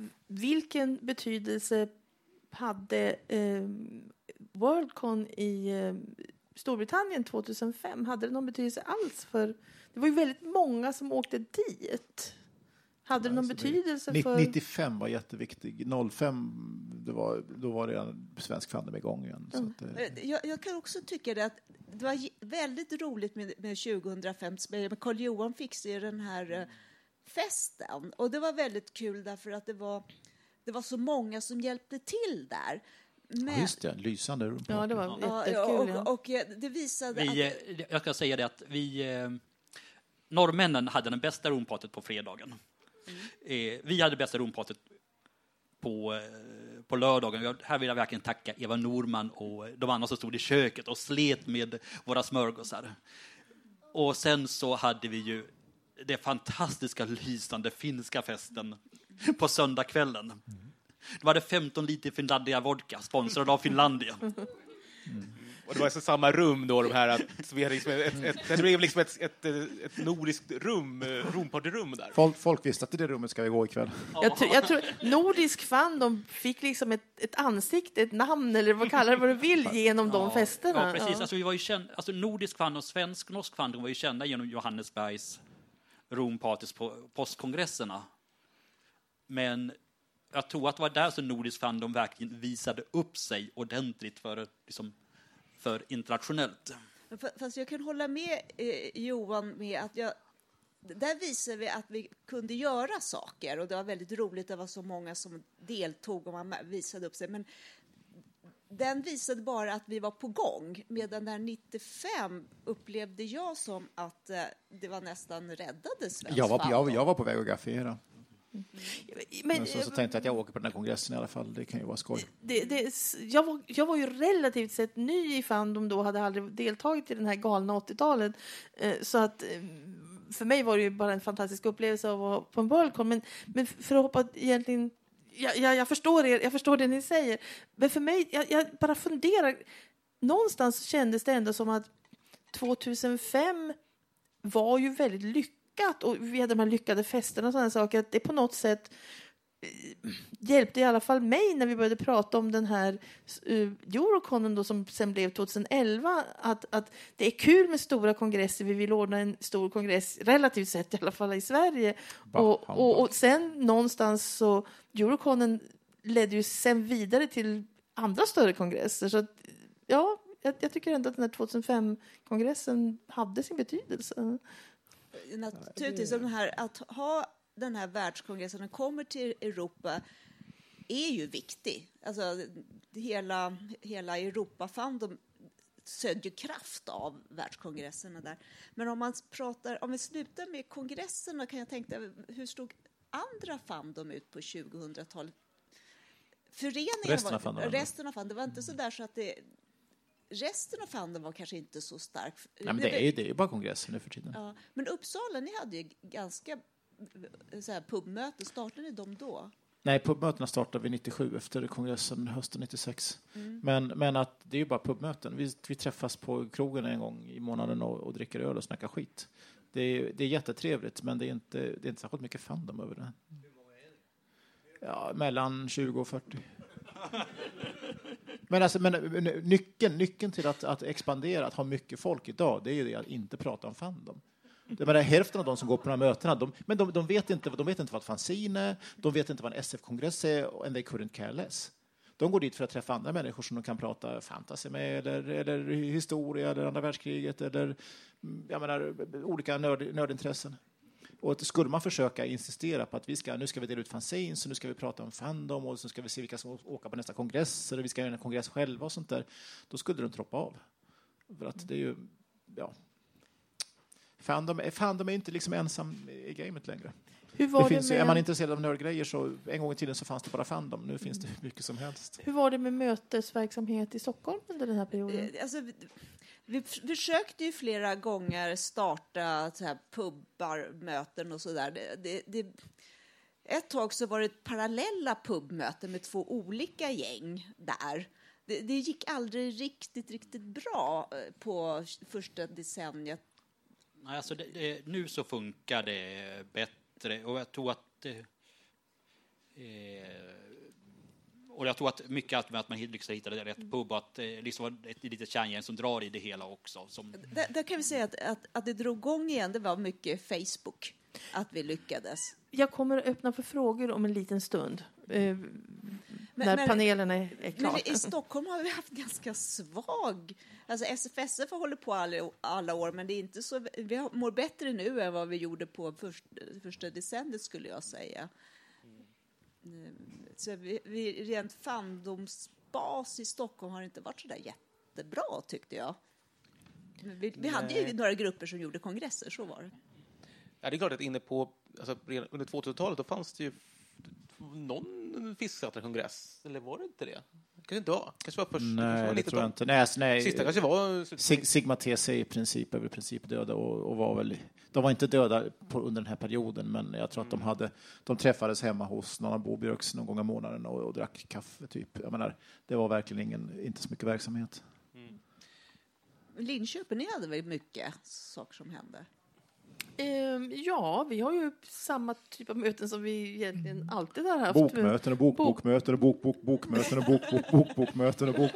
Speaker 2: vilken betydelse hade eh, Worldcon i eh, Storbritannien tjugohundrafem, hade det någon betydelse alls? För det var ju väldigt många som åkte dit. Hade det någon
Speaker 5: alltså,
Speaker 2: betydelse
Speaker 5: det,
Speaker 2: för...
Speaker 5: nittiofem var jätteviktig. noll fem, det var, då var det svensk fandom igång igen. Så
Speaker 2: Mm.
Speaker 5: att, eh,
Speaker 6: Jag, jag kan också tycka det att det var j- väldigt roligt med, med tjugohundrafem. Med Carl Johan fixade den här eh, festen. Och det var väldigt kul därför att det var, det var så många som hjälpte till där. Men,
Speaker 5: ja, just det, lysande rumpa.
Speaker 2: Ja, det var
Speaker 6: ja,
Speaker 2: jättekul.
Speaker 6: och, och, och eh, det visade
Speaker 4: Vi,
Speaker 6: att...
Speaker 4: eh, jag ska säga det att vi... Eh, norrmännen hade den bästa rompatet på fredagen.
Speaker 6: Mm.
Speaker 4: Eh, vi hade det bästa rompatet på, eh, på lördagen. Jag, här vill jag verkligen tacka Eva Norman och de andra som stod i köket och slet med våra smörgåsar. Och sen så hade vi ju det fantastiska lysande finska festen på söndagskvällen. Det var det femton liter Finlandia vodka, sponsrad av Finlandia.
Speaker 3: Och det var alltså samma rum då, de här, att, så vi hade liksom ett, ett, det blev liksom ett, ett, ett nordiskt rum, rompartyrum där.
Speaker 5: Folk, folk visste att i det rummet ska vi gå ikväll.
Speaker 2: Jag, tr- jag tror nordisk fan, de fick liksom ett, ett ansikte, ett namn eller vad kallar det vad du vill genom de festerna.
Speaker 4: Ja, precis.
Speaker 2: Ja.
Speaker 4: Alltså, vi var ju känd, alltså, nordisk fan och svensk norsk fan, de var ju kända genom Johannesbergs rompartys på postkongresserna. Men jag tror att det var där som nordisk fan de verkligen visade upp sig ordentligt för, liksom, för internationellt.
Speaker 6: Fast jag kan hålla med eh, Johan med att jag, där visar vi att vi kunde göra saker och det var väldigt roligt, det var så många som deltog och man visade upp sig, men den visade bara att vi var på gång, medan där nittiofem upplevde jag som att eh, det var nästan räddade svensk
Speaker 5: Jag var, på, jag,
Speaker 6: fandom.
Speaker 5: jag var på väg att graffiera.
Speaker 2: Men,
Speaker 5: Men så, så tänkte jag att jag åker på den här kongressen i alla fall. Det kan ju vara skoj.
Speaker 2: det, det, jag, var, jag var ju relativt sett ny i fandom då, hade aldrig deltagit i den här galna åttiotalet. Eh, så att eh, för mig var det ju bara en fantastisk upplevelse av att vara på en Worldcon. Men, men för att hoppa egentligen... Jag, jag, jag, förstår er, jag förstår det ni säger. Men för mig, jag, jag bara funderar. Någonstans kändes det ändå som att tjugohundrafem var ju väldigt lyckat. Och vi hade de här lyckade festerna och sådana saker. Att det på något sätt eh, hjälpte i alla fall mig när vi började prata om den här uh, Euroconen då, som sen blev tjugoelva. Att, att det är kul med stora kongresser. Vi vill ordna en stor kongress, relativt sett i alla fall i Sverige. Och, och, och sen någonstans så Euroconen ledde ju sen vidare till andra större kongresser. Så att, ja, jag, jag tycker ändå att den här tjugohundrafem-kongressen hade sin betydelse.
Speaker 6: Naturligtvis, den här, att ha den här världskongressen, den kommer till Europa, är ju viktig. Alltså, hela, hela Europa-fandom söd ju kraft av världskongresserna där. Men om man pratar, om vi slutar med kongresserna, kan jag tänka, hur stod andra fandom ut på tjugohundratalet? Föreningen
Speaker 5: Resten
Speaker 6: var,
Speaker 5: av fandom.
Speaker 6: resten av fandom, det var inte så där så att det... Resten av fandom var kanske inte så stark.
Speaker 5: Nej, men det är ju det är bara kongressen nu för tiden.
Speaker 6: Ja, men Uppsala, ni hade ju ganska så här, pubmöte. Startade ni dem då?
Speaker 5: Nej, pubmötena startade vi nittiosju efter kongressen hösten nittiosex.
Speaker 6: Mm.
Speaker 5: Men, men att det är ju bara pubmöten. Vi, vi träffas på krogen en gång i månaden och, och dricker öl och snackar skit. Det är, det är jättetrevligt, men det är inte, det är inte särskilt mycket fandom över det. Hur många är det? Ja, mellan tjugo och fyrtio. Men, alltså, men nyckeln, nyckeln till att, att expandera, att ha mycket folk idag, det är ju det att inte prata om fandom. Det är hälften av de som går på de här mötena, de, men de, de, vet inte, de vet inte vad fanzine är, de vet inte vad en S F-kongress är, and they couldn't care less. De går dit för att träffa andra människor som de kan prata fantasy med, eller, eller historia, eller andra världskriget, eller jag menar, olika nörd, nördintressen. Och att skulle man försöka insistera på att vi ska, nu ska vi dela ut fanzines, så nu ska vi prata om fandom, och så ska vi se vilka som åker på nästa kongress, eller vi ska göra en kongress själva och sånt där, då skulle de droppa av. För att det är ju, ja... Fandom, fandom är inte liksom ensam i gamet längre.
Speaker 2: Hur var
Speaker 5: det
Speaker 2: det
Speaker 5: finns
Speaker 2: med...
Speaker 5: ju, är man intresserad av nördgrejer så en gång i tiden så fanns det bara fandom. Nu finns det mycket som helst.
Speaker 2: Hur var det med mötesverksamhet i Stockholm under den här perioden?
Speaker 6: Eh, Alltså, vi, vi försökte ju flera gånger starta så här pubbar, möten och sådär. Det, det, det, ett tag så var det parallella pubmöten med två olika gäng där. Det, det gick aldrig riktigt, riktigt bra på första decenniet.
Speaker 4: Nej, alltså det, det, nu så funkar det bättre, och jag tror att eh, och jag tror att mycket med att man liksom hittade rätt pub, att det liksom var ett litet kärngäng som drar i det hela också. Som...
Speaker 6: Där, där kan vi säga att, att, att det drog igång igen, det var mycket Facebook, att vi lyckades.
Speaker 2: Jag kommer att öppna för frågor om en liten stund. Eh,
Speaker 6: Men,
Speaker 2: när
Speaker 6: men,
Speaker 2: panelerna är, är klara.
Speaker 6: Men i Stockholm har vi haft ganska svag... Alltså S F S F har hållit på alla, alla år, men det är inte så, vi har, mår bättre nu än vad vi gjorde på först, första decenniet, skulle jag säga. Mm. Så vi, vi, rent fandomsbas i Stockholm har inte varit så där jättebra, tyckte jag. Vi, vi hade ju några grupper som gjorde kongresser, så var det.
Speaker 3: Ja, det är klart att inne på, alltså, under tvåtusentalet då fanns det ju någon fisksättarkongress, eller var det inte det? Kanske inte var. Kanske var först.
Speaker 5: Nej,
Speaker 3: var
Speaker 5: det tror jag inte. Nej, alltså, nej.
Speaker 3: Sista kanske var...
Speaker 5: Sig, Sigma T C i princip är väl i princip döda och, och var väl... De var inte döda på, under den här perioden, men jag tror att de hade... De träffades hemma hos Nanna Bobjörks någon gång i månaden och, och drack kaffe, typ. Jag menar, det var verkligen ingen, inte så mycket verksamhet.
Speaker 6: Mm. Linköping, ni hade väl mycket saker som hände?
Speaker 2: Um, ja, vi har ju samma typ av möten som vi egentligen alltid har haft.
Speaker 5: Bokmöten och bokbokmöten och bokbok bokmöten och bokbok bokbokmöten och bok.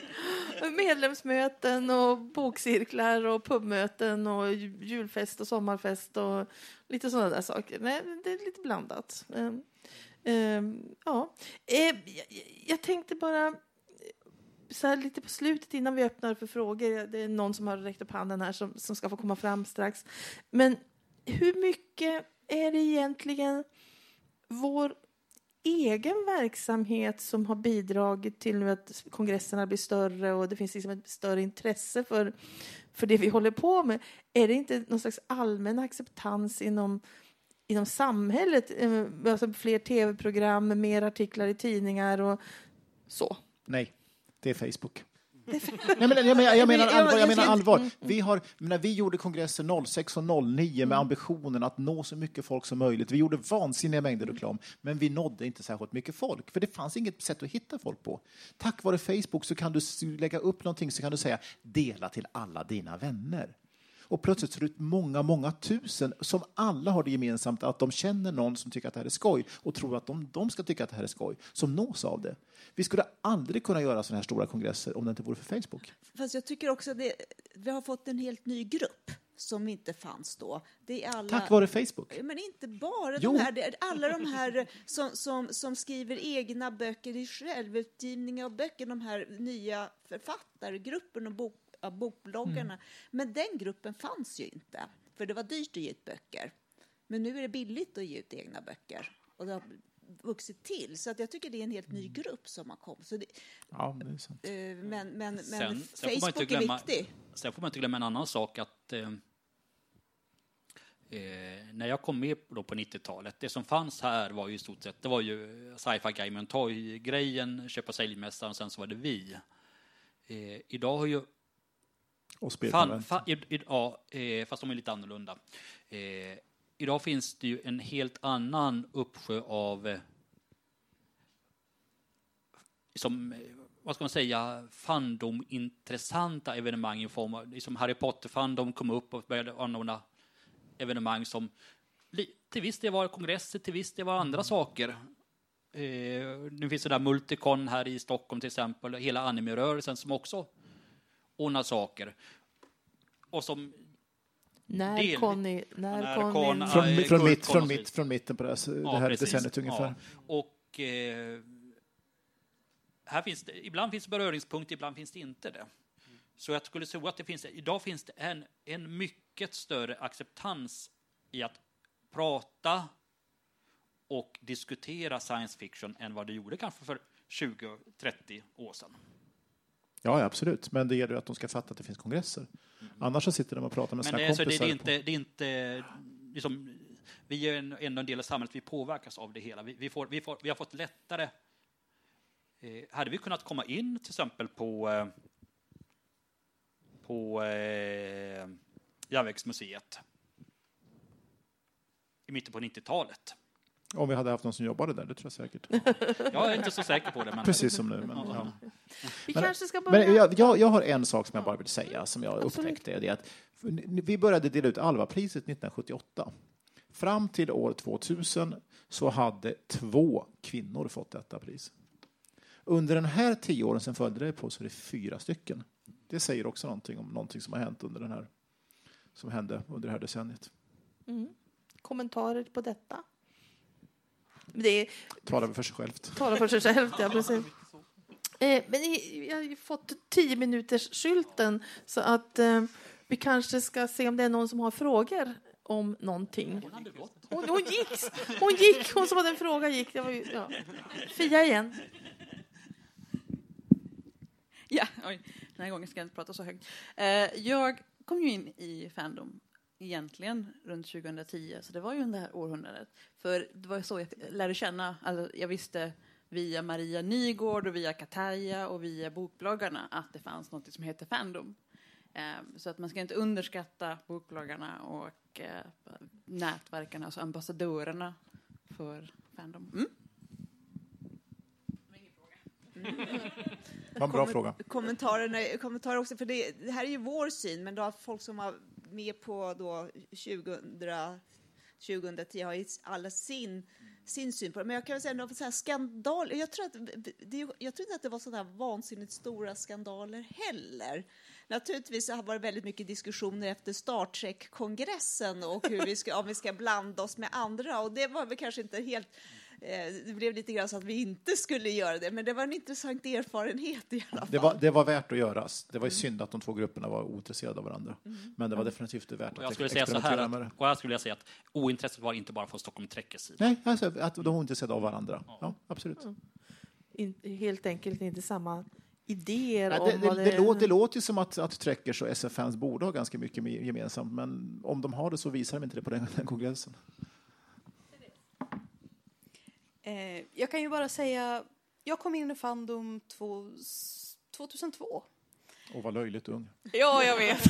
Speaker 2: Medlemsmöten och bokcirklar och pubmöten och julfest och sommarfest och lite sådana där saker. Nej, det är lite blandat. Um, um, ja, uh, jag, jag tänkte bara så här lite på slutet innan vi öppnar för frågor. Det är någon som har räckt upp handen här som, som ska få komma fram strax. Men hur mycket är det egentligen vår egen verksamhet som har bidragit till nu att kongresserna blir större och det finns liksom ett större intresse för, för det vi håller på med? Är det inte någon slags allmän acceptans inom, inom samhället? Alltså fler tv-program, mer artiklar i tidningar och så?
Speaker 5: Nej. Det är Facebook. Nej, men jag, menar, jag menar allvar. Jag menar allvar. Vi, har, när vi gjorde kongressen noll sex och noll nio med ambitionen att nå så mycket folk som möjligt. Vi gjorde vansinniga mängder reklam, men vi nådde inte särskilt mycket folk. För det fanns inget sätt att hitta folk på. Tack vare Facebook så kan du lägga upp någonting, så kan du säga dela till alla dina vänner. Och plötsligt ser det ut många, många tusen som alla har det gemensamt att de känner någon som tycker att det här är skoj och tror att de, de ska tycka att det här är skoj, som nås av det. Vi skulle aldrig kunna göra sådana här stora kongresser om det inte vore för Facebook.
Speaker 6: Fast jag tycker också att det, vi har fått en helt ny grupp som inte fanns då. Det är alla,
Speaker 5: tack vare Facebook.
Speaker 6: Men inte bara de här, alla de här som, som, som skriver egna böcker i självutgivning av böcker, de här nya författargrupperna och bok bokbloggarna. Mm. Men den gruppen fanns ju inte. För det var dyrt att ge ut böcker. Men nu är det billigt att ge ut egna böcker. Och det har vuxit till. Så att jag tycker det är en helt ny grupp som har kommit. Så det,
Speaker 5: ja, det är sant.
Speaker 6: Men, men, men
Speaker 4: sen,
Speaker 6: Facebook
Speaker 4: sen glömma,
Speaker 6: är viktig.
Speaker 4: Sen får man inte glömma en annan sak. Att eh, när jag kom med då på nittiotalet, det som fanns här var ju i stort sett, det var ju Sci-Fi Game and Toy-grejen, köpa säljmästaren, och sen så var det vi. Eh, idag har ju
Speaker 5: och
Speaker 4: fan, fan, i, i, ja, eh, fast de är lite annorlunda. Eh, idag finns det ju en helt annan uppsjö av eh, som, vad ska man säga, fandom intressanta evenemang i form av, liksom Harry Potter fandom kom upp och började anordna evenemang som till viss del var kongresser, till viss del var andra mm. saker. Eh, nu finns det där Multicon här i Stockholm till exempel, hela anime-rörelsen som också ordnar saker. Och som
Speaker 2: när
Speaker 4: del,
Speaker 2: Conny, när
Speaker 4: när
Speaker 2: Conny,
Speaker 4: Con,
Speaker 5: från,
Speaker 4: äh,
Speaker 5: från, mitt,
Speaker 4: Con
Speaker 5: från, mitt, från mitten på det här,
Speaker 4: ja,
Speaker 5: det här
Speaker 4: precis.
Speaker 5: decenniet ungefär.
Speaker 4: Ja. Och eh, här finns det, ibland finns det beröringspunkter, ibland finns det inte det. Mm. Så jag skulle tro att det finns, idag finns det en, en mycket större acceptans i att prata och diskutera science fiction än vad det gjorde kanske för tjugo trettio år sedan.
Speaker 5: Ja, absolut. Men det gäller att de ska fatta att det finns kongresser. Mm. Annars så sitter de och pratar med sina
Speaker 4: Men
Speaker 5: kompisar.
Speaker 4: det, det, är inte, det är inte liksom, vi är en, ändå en del av samhället, vi påverkas av det hela. Vi, vi, får, vi, får, vi har fått lättare. Eh, hade vi kunnat komma in till exempel på eh, på eh, Järnvägsmuseet i mitten på nittiotalet.
Speaker 5: Om vi hade haft någon som jobbade där, det tror jag säkert.
Speaker 4: Jag är inte så säker på det. Men
Speaker 5: precis som nu. Men,
Speaker 4: ja.
Speaker 5: Ja.
Speaker 2: Vi
Speaker 5: men,
Speaker 2: kanske ska börja...
Speaker 5: men jag, jag, jag har en sak som jag bara vill säga, som jag
Speaker 2: Absolut.
Speaker 5: upptäckte. Det är att vi började dela ut Alva-priset nittonhundrasjuttioåtta. Fram till år tvåtusen så hade två kvinnor fått detta pris. Under den här tio åren sen följde det på så är det fyra stycken. Det säger också någonting om någonting som har hänt under den här, som hände under det här decenniet.
Speaker 2: Mm. Kommentarer på detta? Det är,
Speaker 5: talar för sig självt.
Speaker 2: Talar för sig självt, ja precis. Eh, men jag har ju fått tio minuters skylten så att eh, vi kanske ska se om det är någon som har frågor om någonting. Hon, hon gick, hon gick, hon som hade en fråga gick. Det var ju, ja. Fia igen.
Speaker 7: Ja, oj, den här gången ska jag inte prata så högt. Eh, jag kom ju in i Fandom egentligen runt tjugohundratio, så det var ju under det här århundradet. För det var ju så jag lärde känna, alltså jag visste via Maria Nygård och via Kataya och via bokbloggarna att det fanns något som heter Fandom. Eh, så att man ska inte underskatta bokbloggarna och eh, nätverkarna, alltså ambassadörerna för Fandom. Mm?
Speaker 5: Mm. Det var en bra
Speaker 6: Kommer-
Speaker 5: fråga.
Speaker 6: Kommentarerna, kommentarer också, för det, det här är ju vår syn, men då har folk som var med på då tjugohundra, tjugohundratio har ju alla sin, sin syn på det. Men jag kan väl säga något så här skandal. Jag tror, att det, jag tror inte att det var sådana här vansinnigt stora skandaler heller. Naturligtvis har det varit väldigt mycket diskussioner efter Star Trek-kongressen och hur vi ska, om vi ska blanda oss med andra. Och det var väl kanske inte helt... Det blev lite grann så att vi inte skulle göra det, men det var en intressant erfarenhet i alla fall.
Speaker 5: Det var, det var värt att göras. Det var ju synd att de två grupperna var ointresserade av varandra. Mm. Men det var definitivt värt
Speaker 4: Och jag
Speaker 5: att
Speaker 4: skulle säga så
Speaker 5: experimentera
Speaker 4: här
Speaker 5: med det.
Speaker 4: att, och jag skulle säga att ointresset var inte bara från Stockholm Trekkers sida.
Speaker 5: Nej, alltså att de var intresserade av varandra. Ja, absolut.
Speaker 2: Mm. In, helt enkelt inte samma idéer
Speaker 5: Nej,
Speaker 2: om
Speaker 5: det,
Speaker 2: vad
Speaker 5: det,
Speaker 2: det,
Speaker 5: det, låter, det låter ju som att, att Trekkers och S F-fans borde ha ganska mycket gemensamt, men om de har det så visar de inte det på den, den kongressen.
Speaker 8: Eh, jag kan ju bara säga, jag kom in i Fandom två, tjugohundratvå.
Speaker 5: Och var löjligt ung.
Speaker 8: Ja, jag vet.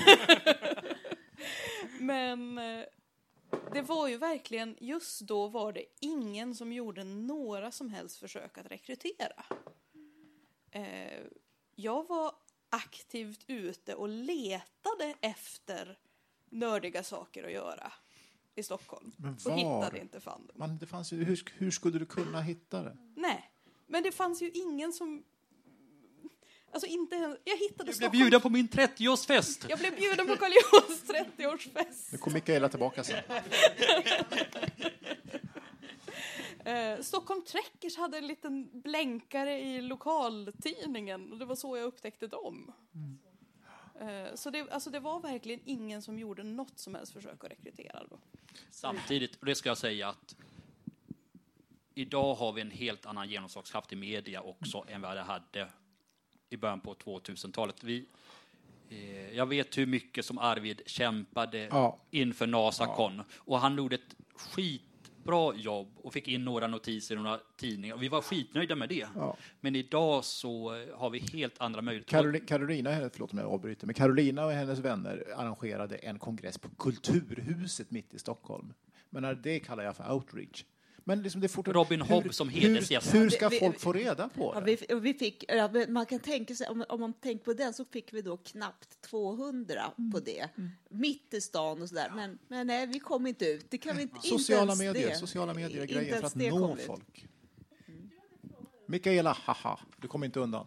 Speaker 8: Men eh, det var ju verkligen, just då var det ingen som gjorde några som helst försök att rekrytera. Eh, jag var aktivt ute och letade efter nördiga saker att göra i Stockholm.
Speaker 5: Men
Speaker 8: Och
Speaker 5: var?
Speaker 8: hittade inte Fandom.
Speaker 5: Man, det fanns ju, hur, hur skulle du kunna hitta det?
Speaker 8: Nej, men det fanns ju ingen som... Alltså inte ens... Jag hittade
Speaker 4: Du blev
Speaker 8: Stockholm...
Speaker 4: bjuden på min trettioårsfest.
Speaker 8: Jag blev bjuden på Karl Johans trettioårsfest.
Speaker 5: Nu kom Mikaela tillbaka sen.
Speaker 8: Eh, Stockholm Trekkers hade en liten blänkare i lokaltidningen och det var så jag upptäckte dem. Mm. Eh, så det, alltså det var verkligen ingen som gjorde något som helst försök att rekrytera då.
Speaker 4: Samtidigt, och det ska jag säga att idag har vi en helt annan genomslagskraft i media också än vad det hade i början på tvåtusentalet. Vi, eh, jag vet hur mycket som Arvid kämpade
Speaker 5: Ja.
Speaker 4: inför NASACON. Ja. Och han gjorde ett skitbra jobb och fick in några notiser i några tidningar. Och vi var skitnöjda med det.
Speaker 5: Ja.
Speaker 4: Men idag så har vi helt andra möjligheter.
Speaker 5: Karolina, Karolina, förlåt om jag avbryter, men Karolina och hennes vänner arrangerade en kongress på Kulturhuset mitt i Stockholm. Men det kallar jag för outreach. Men liksom det är fortfarande,
Speaker 4: Robin Hobb som hedersgäst.
Speaker 5: Hur, hur ska
Speaker 6: Vi-
Speaker 5: folk få reda på
Speaker 6: Ja,
Speaker 5: det?
Speaker 6: vi, och vi fick, ja, men man kan tänka sig, om, om man tänker på den så fick vi då knappt tvåhundra på det. Mitt i stan och sådär. Men, men nej, vi kom inte ut. Det kan vi inte,
Speaker 5: Sociala
Speaker 6: inte ens
Speaker 5: medier,
Speaker 6: det.
Speaker 5: sociala medier är
Speaker 6: Inte
Speaker 5: grejer för
Speaker 6: ens
Speaker 5: att
Speaker 6: det
Speaker 5: nå
Speaker 6: kom ut.
Speaker 5: folk. Mikaela, haha, du kommer inte undan.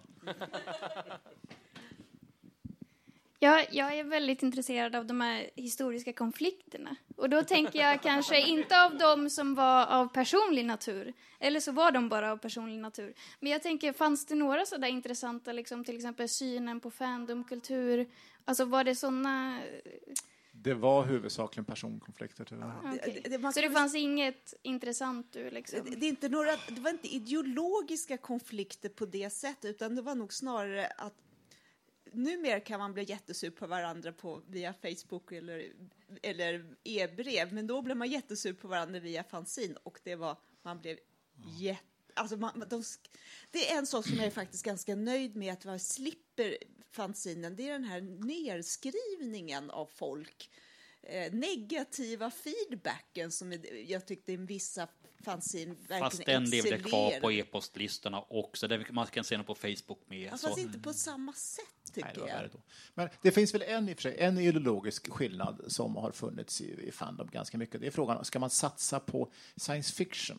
Speaker 9: Ja, jag är väldigt intresserad av de här historiska konflikterna. Och då tänker jag kanske inte av de som var av personlig natur. Eller så var de bara av personlig natur. Men jag tänker, fanns det några sådär intressanta, liksom, till exempel synen på fandomkultur? Alltså var det sådana...
Speaker 5: Det var huvudsakligen personkonflikter tyvärr.
Speaker 9: Okej.
Speaker 6: Det- det- man
Speaker 9: Så det
Speaker 6: kan-
Speaker 9: fanns inget intressant ur liksom...
Speaker 6: Det, det, är inte några, det var inte ideologiska konflikter på det sättet, utan det var nog snarare att numera kan man bli jättesur på varandra på, via Facebook eller, eller e-brev, men då blev man jättesur på varandra via fanzine och det var, man blev jätte... Alltså man, de, det är en sak som jag är faktiskt ganska nöjd med, att jag slipper fanzinen. Det är den här nedskrivningen av folk. Eh, negativa feedbacken som är, jag tyckte i vissa fanzine verkligen
Speaker 4: Fast den levde kvar
Speaker 6: excellerar.
Speaker 4: på e-postlistorna också. Det man kan se den på Facebook med.
Speaker 6: Ja,
Speaker 4: Så.
Speaker 6: fast inte på samma sätt, tycker
Speaker 5: Nej, det var
Speaker 6: jag.
Speaker 5: värre då. Men det finns väl en, i och för sig, en ideologisk skillnad som har funnits i, i fandom ganska mycket. Det är frågan, ska man satsa på science fiction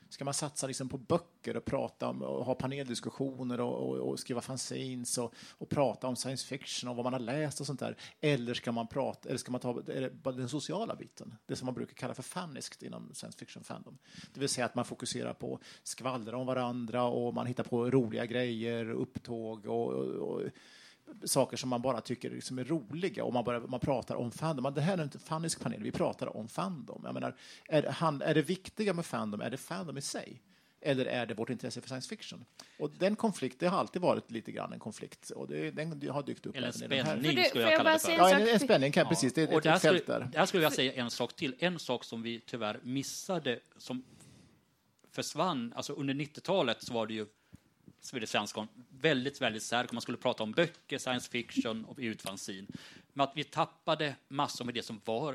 Speaker 5: Ska man satsa liksom på böcker och prata om, och ha paneldiskussioner och, och, och skriva fanzines och, och prata om science fiction och vad man har läst och sånt där? Eller ska man prata, eller ska man ta är det bara den sociala biten? Det som man brukar kalla för faniskt inom science fiction fandom. Det vill säga att man fokuserar på skvallra om varandra och man hittar på roliga grejer, upptåg och, och, och saker som man bara tycker liksom är roliga och man, bara, man pratar om fandom. Det här är inte fanisk panel, vi pratar om fandom. Jag menar, är, han, är det viktiga med fandom, är det fandom i sig? Eller är det vårt intresse för science fiction? Och den konflikten har alltid varit lite grann en konflikt. Och det, den har dykt upp.
Speaker 4: Eller en
Speaker 5: spänning,
Speaker 4: spänning skulle jag kalla det för.
Speaker 5: Ja, en, en spänning kan ja. precis. Det är
Speaker 4: och
Speaker 5: ett fält
Speaker 4: skulle,
Speaker 5: där.
Speaker 4: Där skulle jag säga en sak till. En sak som vi tyvärr missade, som försvann. Alltså under nittiotalet så var det ju Swedish Svenskon väldigt, väldigt stark. Man skulle prata om böcker, science fiction och utfanzin. Men att vi tappade massor med det som var...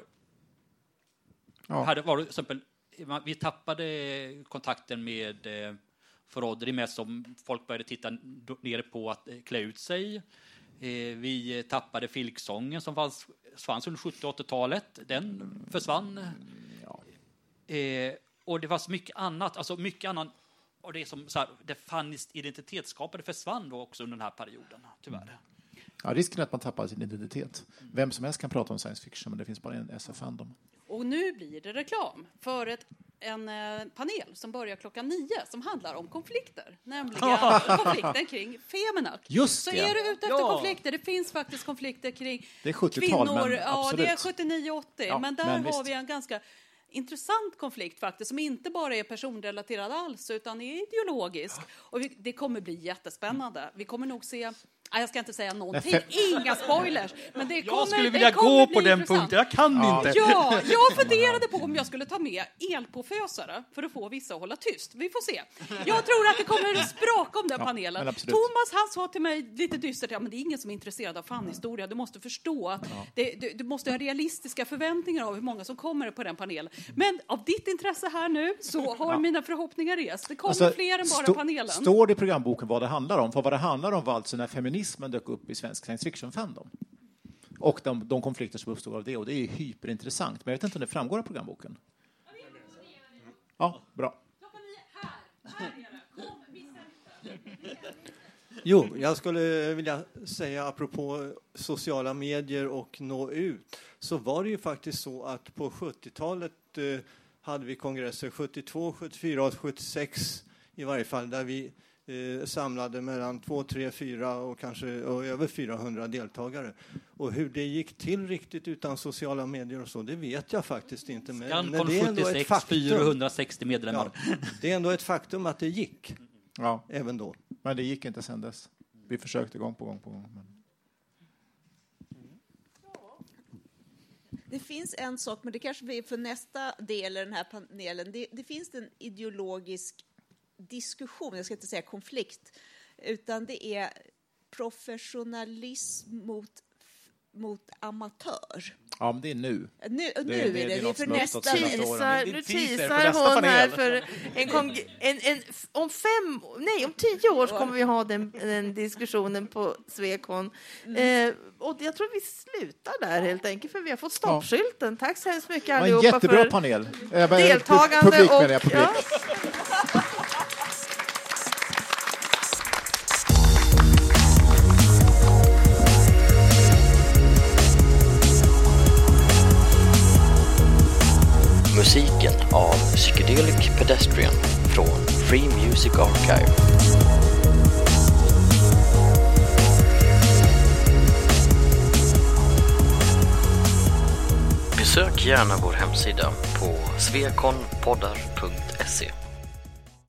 Speaker 4: Ja. Hade varit, till exempel, vi tappade kontakten med eh, förråderi med som folk började titta ner på att eh, klä ut sig. Eh, vi tappade filksången som fanns, fanns under sjuttio- och åttiotalet. Den försvann. Ja. Eh, och det var mycket annat. Alltså mycket annat. Och det är som så här, det fanns identitetsskapade försvann då också under den här perioden, tyvärr.
Speaker 5: Ja, risken är att man tappar sin identitet. Vem som helst kan prata om science fiction, men det finns bara en S F-fandom.
Speaker 7: Och nu blir det reklam för ett, en eh, panel som börjar klockan nio som handlar om konflikter. Nämligen konflikten kring Feminac.
Speaker 5: Just
Speaker 7: så
Speaker 5: det.
Speaker 7: är du ute efter
Speaker 5: ja.
Speaker 7: konflikter. Det finns faktiskt konflikter kring
Speaker 5: det är sjuttiotal,
Speaker 7: kvinnor.
Speaker 5: Men
Speaker 7: ja,
Speaker 5: absolut.
Speaker 7: det är sjuttionio åttio.
Speaker 5: Ja,
Speaker 7: men där
Speaker 5: men
Speaker 7: har
Speaker 5: visst.
Speaker 7: vi en ganska intressant konflikt faktiskt, som inte bara är personrelaterad alls, utan är ideologisk. Och vi, det kommer bli jättespännande. Vi kommer nog se... Nej, jag ska inte säga någonting. Inga spoilers. Men det kommer,
Speaker 4: jag skulle vilja
Speaker 7: det kommer
Speaker 4: gå
Speaker 7: bli
Speaker 4: på den
Speaker 7: intressant.
Speaker 4: punkten. Jag kan
Speaker 5: ja.
Speaker 4: inte.
Speaker 7: Ja, jag funderade på om jag skulle ta med elpåfösare för att få vissa att hålla tyst. Vi får se. Jag tror att det kommer spraka om den
Speaker 5: ja,
Speaker 7: panelen. Thomas, han sa till mig lite dystert, ja, men det är ingen som är intresserad av fanhistoria. Du måste förstå att
Speaker 5: ja.
Speaker 7: det, du, du måste ha realistiska förväntningar av hur många som kommer på den panelen. Men av ditt intresse här nu så har ja. mina förhoppningar rest. Det kommer alltså, fler än bara stå, panelen.
Speaker 5: Står det i programboken vad det handlar om? För vad det handlar om var alltså när feminismen dök upp i svensk science fiction fandom. Och de, de konflikter som uppstod av det. Och det är hyperintressant. Men jag vet inte om det framgår av programboken. Ja, bra.
Speaker 10: Jo, jag skulle vilja säga apropå sociala medier och nå ut. Så var det ju faktiskt så att på sjuttiotalet eh, hade vi kongresser sjuttiotvå, sjuttiofyra och sjuttiosex i varje fall, där vi Eh, samlade mellan två, tre, fyra och kanske och över fyrahundra deltagare. Och hur det gick till riktigt utan sociala medier och så, det vet jag faktiskt inte. Men, men det är ändå ett faktum.
Speaker 4: fyrahundrasextio medlemmar.
Speaker 10: Ja, det är ändå ett faktum att det gick.
Speaker 5: Ja.
Speaker 10: Även då.
Speaker 5: Men det gick inte sedan dess. Vi försökte gång på gång på gång. Men...
Speaker 6: Det finns en sak, men det kanske blir för nästa del i den här panelen. Det, det finns en ideologisk diskussion, jag ska inte säga konflikt, utan det är professionalism mot, mot amatör.
Speaker 5: Ja, men det är nu.
Speaker 6: Nu,
Speaker 5: det,
Speaker 6: nu
Speaker 5: det,
Speaker 6: är det,
Speaker 5: det,
Speaker 6: det är för nästa...
Speaker 2: Teasar, nu teasar hon här för en, kong- en, en om fem, nej om tio år kommer vi ha den, den diskussionen på Swekon. Mm. Eh, och jag tror vi slutar där helt enkelt, för vi har fått stoppskylten. Tack så hemskt mycket allihopa.
Speaker 5: En jättebra
Speaker 2: för
Speaker 5: panel.
Speaker 2: Deltagande
Speaker 5: publik,
Speaker 2: och...
Speaker 5: menar jag, publik.
Speaker 2: Ja.
Speaker 1: Musiken av Psychedelic Pedestrian från Free Music Archive. Besök gärna vår hemsida på svekonpoddar punkt se.